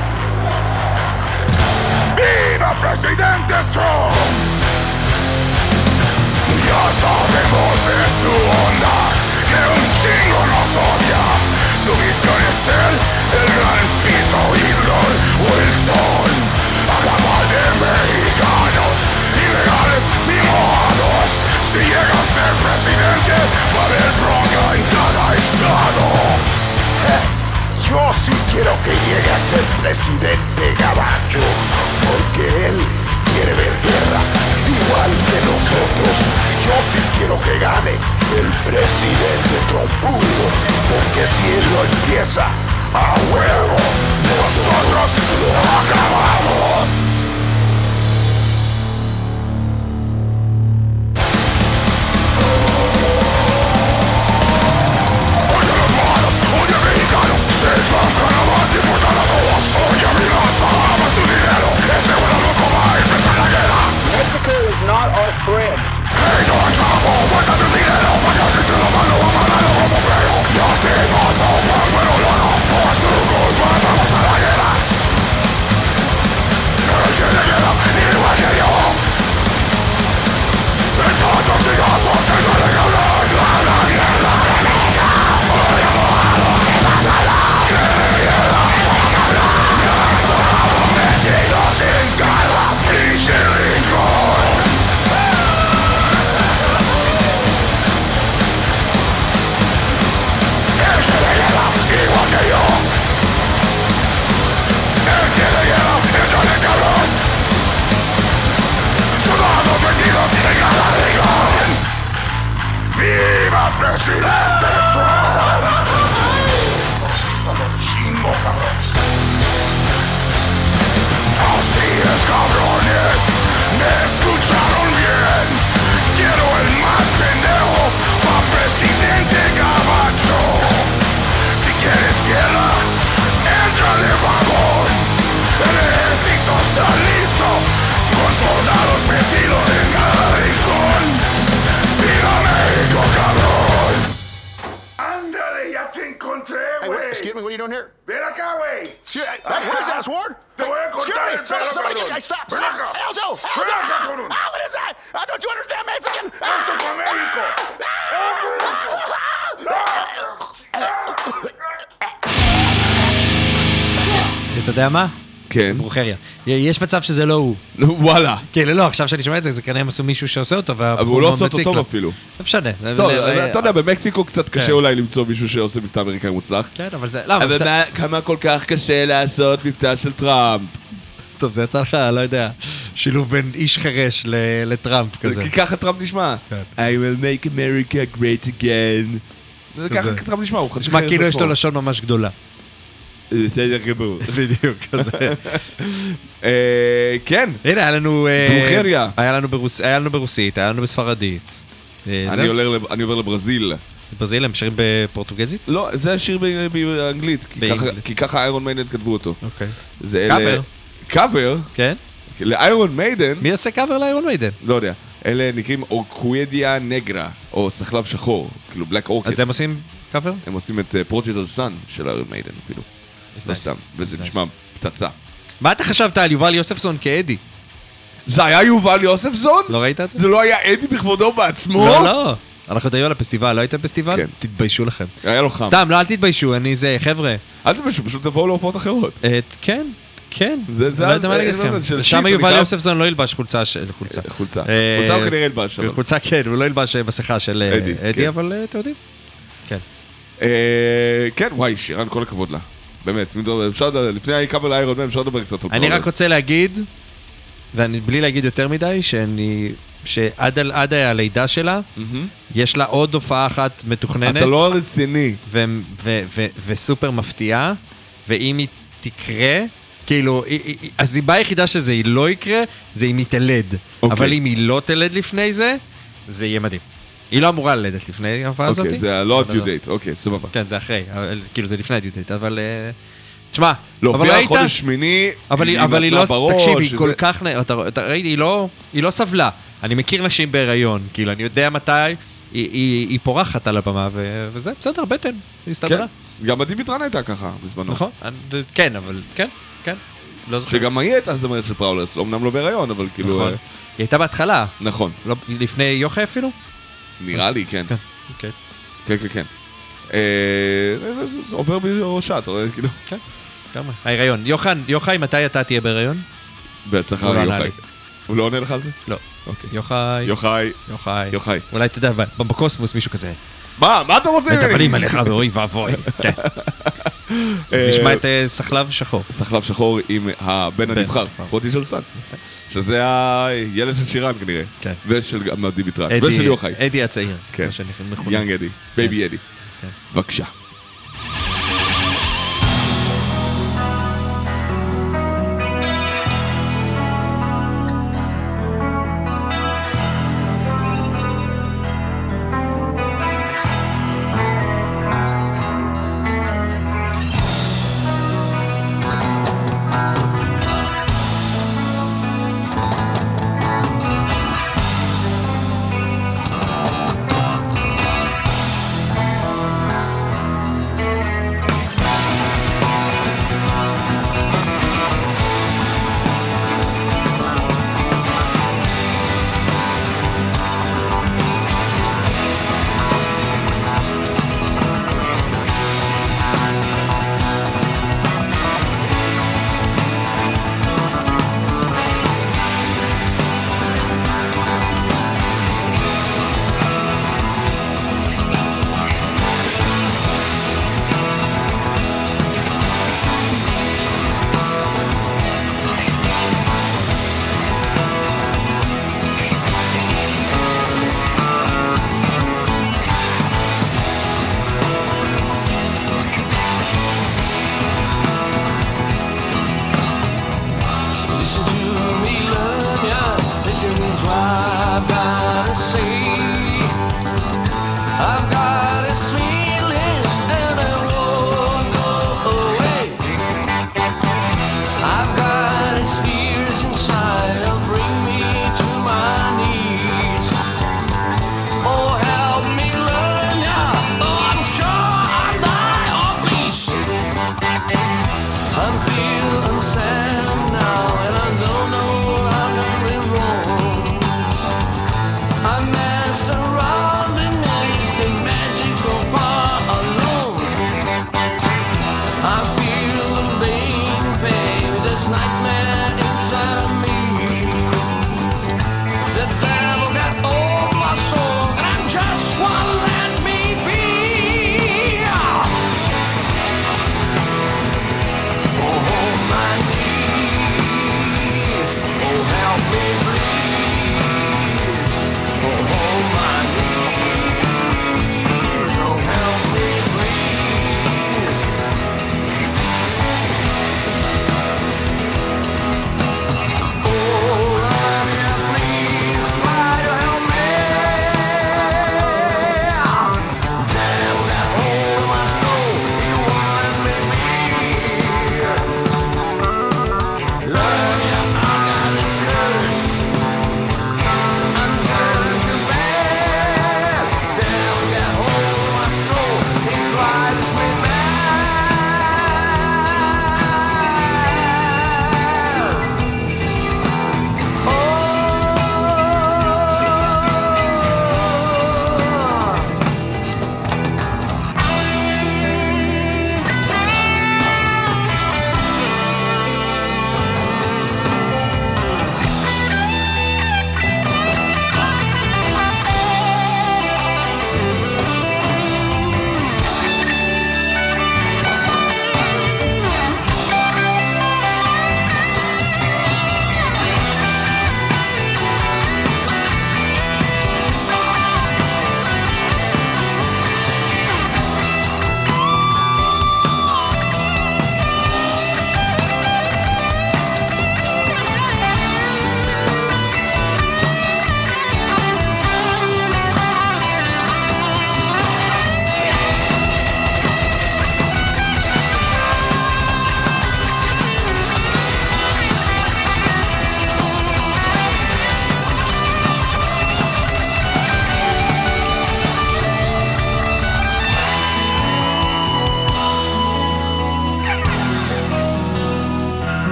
¡Viva Presidente Trump! Ya sabemos de su onda, que un chingo nos odia. Su visión es ser el gran pito Hitler Wilson. Habla mal de mexicanos, ilegales ni mojados. Si llega a ser presidente, va a haber bronca en cada estado. Yo sí quiero que llegue a ser presidente Gabacho, porque él quiere ver guerra, igual que nosotros. Yo sí quiero que gane el presidente trompudo, porque si él lo empieza, a huevo, nosotros lo acabamos. Mexico is not our friend. ¡Viva Presidente Trump! ¡Chingo, cabrón! Así es, cabrones, me escucharon bien. Quiero el más pendejo pa' Presidente Gabacho. Si quieres guerra, éntrale, vagón. El ejército está listo, con soldados metidos en cada rincón. ¡Viva México, cabrón! ¡Ándale, ya te encontré, güey! Excuse me, what are you doing here? ¡Ven acá, güey! What is that, Sword? Te voy a cortar el pelo, cabrón. Stop! ¡Ven acá! Aldo! ¡Ven acá, cabrón! What is that? Don't you understand Mexican? ¡Esto con México! אתה יודע מה? כן. ברוכריה. יש מצב שזה לא הוא. וואלה. כן, לא, עכשיו שאני שומע את זה, זה כנראה הם עשו מישהו שעושה אותו, אבל הוא לא עושה אותו טוב אפילו. לא משנה. טוב, אתה יודע, במקסיקו קצת קשה אולי למצוא מישהו שעושה מבטא אמריקאי מוצלח. כן, אבל זה... אבל כמה כל כך קשה לעשות מבטא של טראמפ? טוב, זה יצא לך, לא יודע, שילוב בין איש חרש לטראמפ כזה. כי ככה טראמפ נשמע. I will make America great again. זה ככה טראמפ נשמע, הוא חצי חרש. נשמע כאילו יש לו לשון ממש גדולה. בסדר גמור. בדיוק, כזה. כן. הנה, היה לנו... בולגריה. היה לנו ברוסית, היה לנו בספרדית. אני עובר לברזיל. ברזיל הם שרים בפורטוגזית? לא, זה השיר באנגלית. כי ככה איירון מיידן כתבו אותו. אוקיי. קאבר. קאבר? כן. לאיירון מיידן... מי עושה קאבר לאיירון מיידן? לא יודע. אלה נקראים אורקוידיה נגרה, או סחלב שחור, כאילו בלק אורקד. אז הם עושים קאבר? הם עושים את פרוטג'ל סאן של איירון מיידן אפילו. לא סתם, וזה נשמע פצצה. מה אתה חשבת על יובל יוספסון כאדי? זה היה יובל יוספסון? לא ראית את זה? זה לא היה אדי בכבודו בעצמו? לא, לא. אנחנו דברים על הפסטיבל, לא הייתם בפסטיבל? כן. תתביישו לכם. היה לו חם. סתם, לא, אל תתביישו, אני זה, חבר'ה. אל תתביישו, פשוט תבואו להופעות אחרות. כן, כן. זה לא יודע מה להגיד לכם. שם יובל יוספסון לא ילבש חולצה. חולצה הוא כנראה ילבש. חולצה כן, הוא לא ילבש מסכה של אדי, אבל אתם יודעים. כן. כן, וואי, שירן, כל הכבוד לה. באמת, אפשר, לפני הקאבר לאיירון מן, אפשר לדבר קצת. אני רק רוצה להגיד ובלי להגיד יותר מדי, שעד הלידה שלה, יש לה עוד הופעה אחת מתוכננת. אתה לא רציני. וסופר מפתיעה, ואם היא תקרה, כאילו, הסיבה היחידה שזה היא לא יקרה, זה אם היא תלד. אבל אם היא לא תלד לפני זה, זה יהיה מדהים. היא לא אמורה ללדת לפני ההופעה הזאת. אוקיי, זה לא הדיו דייט, אוקיי, סבבה. כן, זה אחרי, כאילו זה לפני הדיו דייט, אבל... תשמע, אבל ראית... חודש שמיני, אבל היא לא... תקשיב, היא כל כך... ראיתי, היא לא סבלה. אני מכיר נשים בהיריון, כאילו, אני יודע מתי היא פורחת על הבמה, וזה בסדר, בטן, היא הסתדרה. גם עדי ביטרן הייתה ככה בזמנו. נכון, כן, אבל כן, לא זוכר. שגם היא הייתה זמרת של פראולרס, אמנם לא בהיריון, אבל כאילו... נכון, היא הייתה בהתחלה. נכון. לפני יוחאי אפילו? נראה לי, כן. כן. כן. זה עובר בראשה, אתה רואה, כאילו. כן, כמה. ההיריון. יוחאי, מתי אתה תהיה בהיריון? בהצלחה, יוחאי. הוא לא עונה לך על זה? לא. יוחאי. אולי אתה יודע, בקוסמוס מישהו כזה. מה אתה רוצה? מדברים עליך באוי ואבוי. כן. נשמע את סחלב שחור. סחלב שחור עם הבן הנבחר, פרוטי של סן. שזה הילד של שירן כנראה. כן. ושל עדי ביטרן. ושל יוחאי. אדי הצעיר. כן. יאנג אדי. בייבי אדי. בבקשה.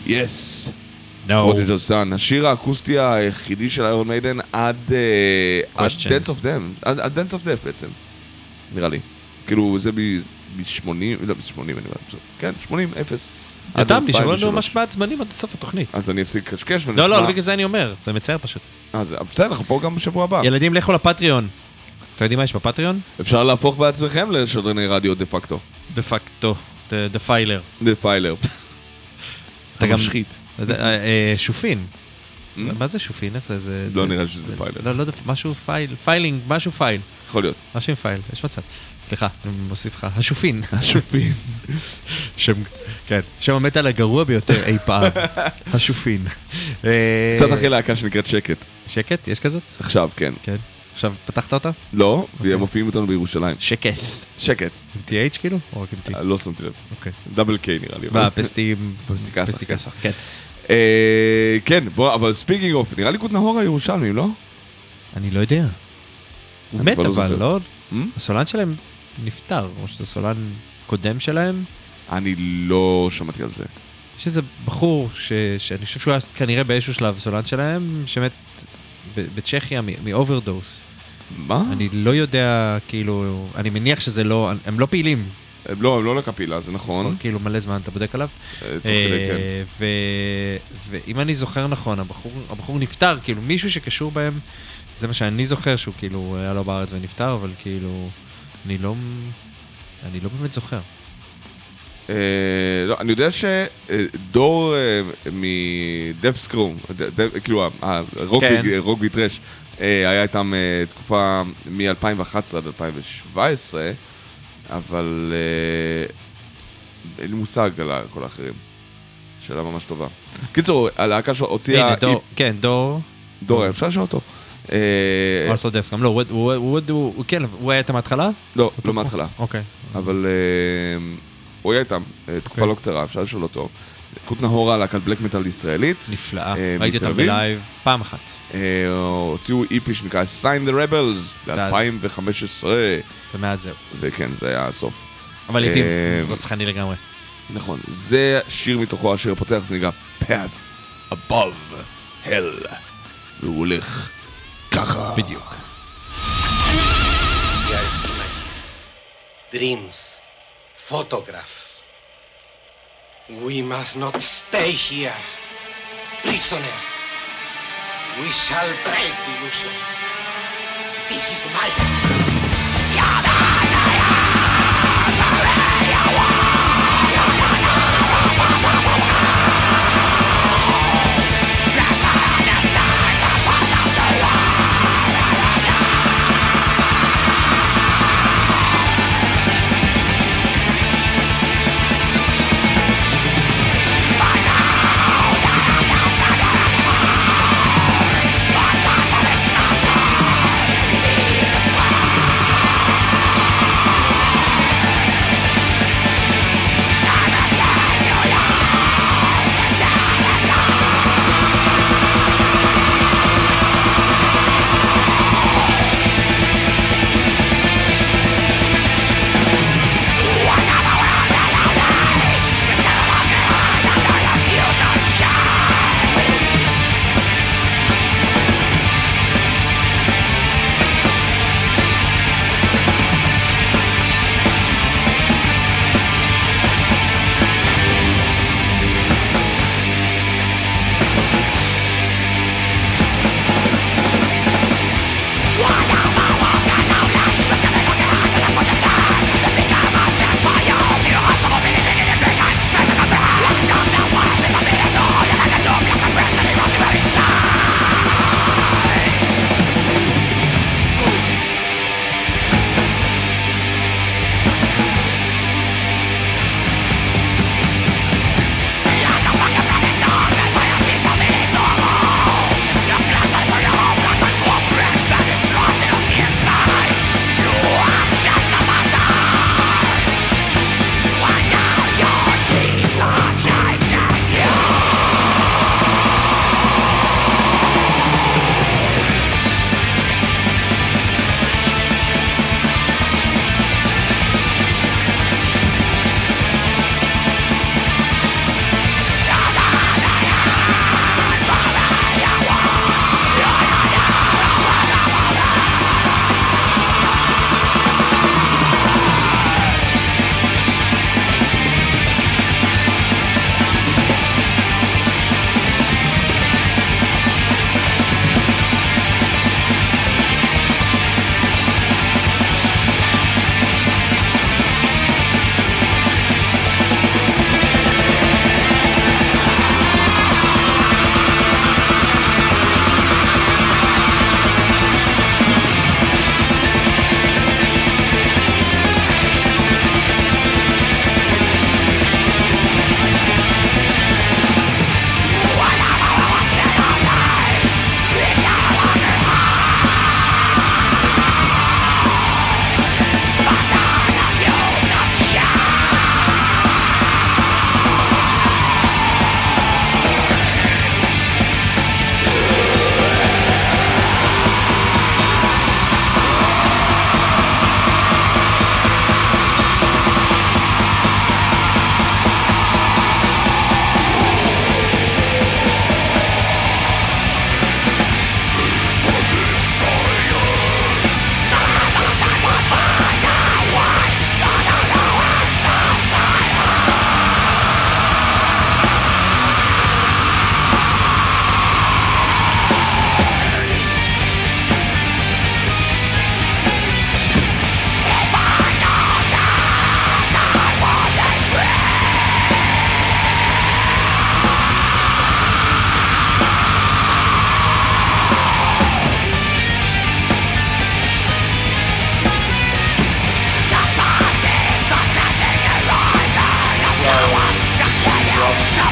Yes. No. Prodigal Son, השיר האקוסטי היחידי של איירון מיידן עד Dance of Death, עד Dance of Death בעצם, נראה לי. כאילו זה ב-80, לא ב-80 אני אומר, כן, 80, 0. יתם, נשארו לנו ממש מעצבנים עד סוף התוכנית. אז אני אפסיק קשקש ונשמע. לא, בגלל זה אני אומר, זה מצער פשוט. אז בסדר, אנחנו פה גם בשבוע הבא. ילדים, לכו לפטריון. אתה יודעים מה יש בפטריון? אפשר להפוך בעצמכם לשדרני רדיו דה פקטו. דה פקטו, דה פיילר. דה פיילר. אתה גם משחית. שופין. מה זה שופין? לא נראה לי שזה פיילר. לא, משהו פיילינג, משהו פייל. יכול להיות. משהו עם פייל, יש מצב. סליחה, אני מוסיף לך. השופין. השופין. כן, שם המטל הגרוע ביותר אי פעם. השופין. קצת אחרי להקה שנקראת שקט. שקט? יש כזאת? עכשיו, כן. כן. עכשיו, פתחת אותה? לא, והם מופיעים אותנו בירושלים. שקט. שקט. עם TH כאילו? או רק עם T? לא שמתי לב. אוקיי. דאבל קיי נראה לי. פסטיקסה. כן. כן, בוא, אבל ספיקינג אוף, נראה לי גוט נהור הירושלמים, לא? אני לא יודע. הוא מת אבל, לא? Hmm? הסולן שלהם נפטר, או שזה סולן קודם שלהם. אני לא שמעתי על זה. יש איזה בחור שאני חושב שהוא היה כנראה באיזשהו שלב סולן שלהם, שמת בצ'כיה מאוברדוס. מה? אני לא יודע, כאילו, אני מניח שזה לא, הם לא פעילים. הם לא לקפילה, זה נכון. כאילו מלא זמן אתה בודק עליו. ואם אני זוכר נכון, הבחור נפטר, כאילו מישהו שקשור בהם, זה מה שאני זוכר, שהוא כאילו היה לו בארץ ונפטר, אבל כאילו, אני לא באמת זוכר. לא, אני יודע שדור מדף סקרום, כאילו רוגבי טרש, היה איתם תקופה מ-2011 עד 2017, אבל אין לי מושג על כל האחרים. שאלה ממש טובה. קיצור, הלהקה שהוציאה... כן, דור. אפשר לשאול אותו. ארסו דף סקרום, לא, הוא היה איתם מההתחלה? לא מההתחלה. אוקיי. אבל הוא היה איתם, תקופה לא קצרה, אפשר לשאול אותו. קוט נהורה, להקת בלק מטל ישראלית. נפלאה, ראיתי אותם בלייב פעם אחת. הוציאו איפי שנקרא Sign the Rebels ב-2015. ומאז זהו. וכן, זה היה הסוף. אבל איפי רצחני לגמרי. נכון, זה שיר מתוכו, השיר הפותח, זה נקרא Path Above Hell. והוא הולך ככה. בדיוק. Dreams, photographs. We must not stay here, prisoners. We shall break the illusion. This is my swag.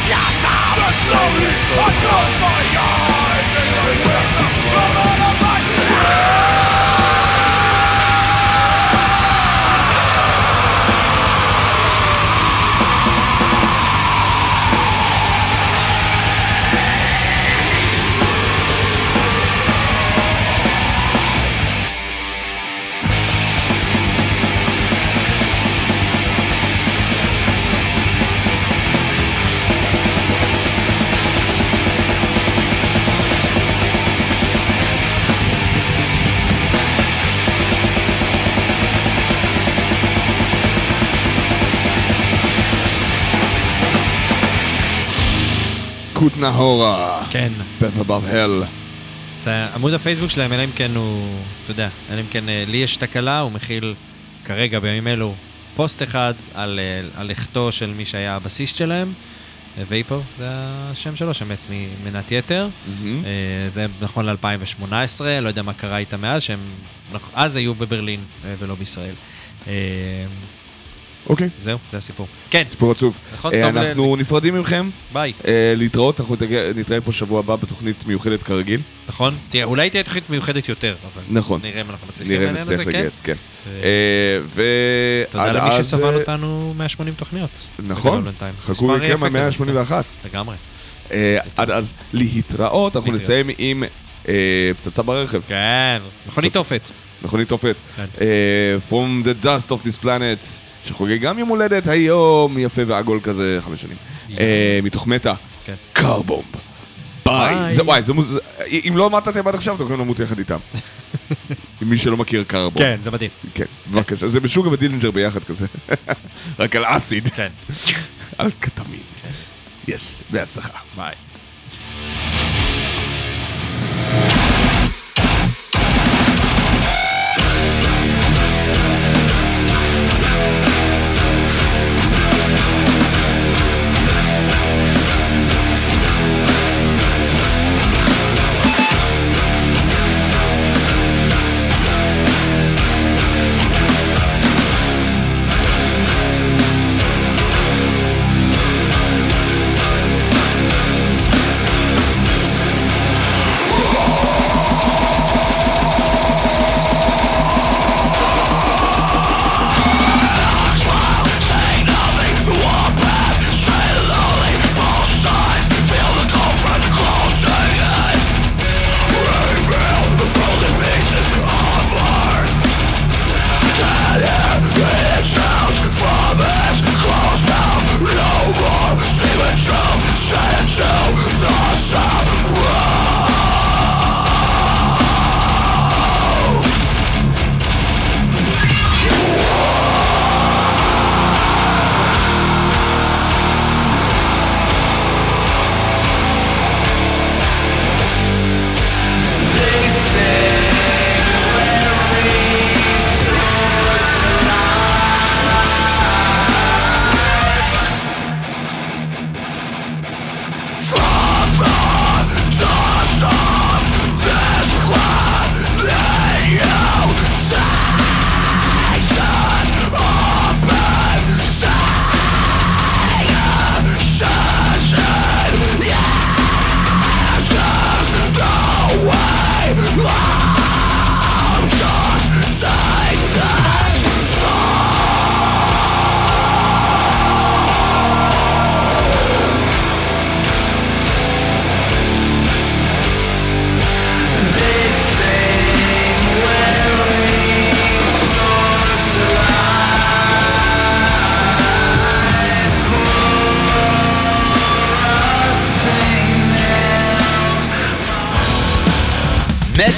Slowly, I close my eyes and I wake up from another side. קוט נהורה. כן. Death Above Hell. זה עמוד הפייסבוק שלהם, אלא אם כן הוא, אתה יודע, אלא אם כן לי יש תקלה, הוא מכיל כרגע בימים אלו פוסט אחד על לכתו של מי שהיה הבסיסט שלהם, וייפר, זה השם שלו, שמת ממנת יתר. זה נכון ל-2018, לא יודע מה קרה איתם מאז, שהם אז היו בברלין ולא בישראל. אוקיי. זהו, זה הסיפור. כן. סיפור עצוב. אנחנו נפרדים ממכם. ביי. להתראות, אנחנו נתראה פה שבוע הבא בתוכנית מיוחדת כרגיל. נכון. תראה, אולי תהיה תוכנית מיוחדת יותר, אבל נכון. נראה אם אנחנו מצליחים נראה אם לעניין הזה, נצליח לגייס, כן. תודה למי שסבל אותנו 180 תוכניות. נכון. חכו רקמה 181. לגמרי. עד אז להתראות, אנחנו נסיים עם פצצה ברכב. כן, מכונית תופת. מכונית תופת. From the dust of this planet. שחוגג גם יום הולדת היום, יפה ועגול כזה, 5 שנים. מתוך מטה, קרבומב. ביי. וואי, אם לא אמרת אתם עד עכשיו, אתם יכולים למות יחד איתם. עם מי שלא מכיר קרבומב. כן, זה מדהים. כן, בבקשה. זה בשוגה ודילינג'ר ביחד כזה. רק על אסיד. כן. על קטמין. יס, בהצלחה. ביי.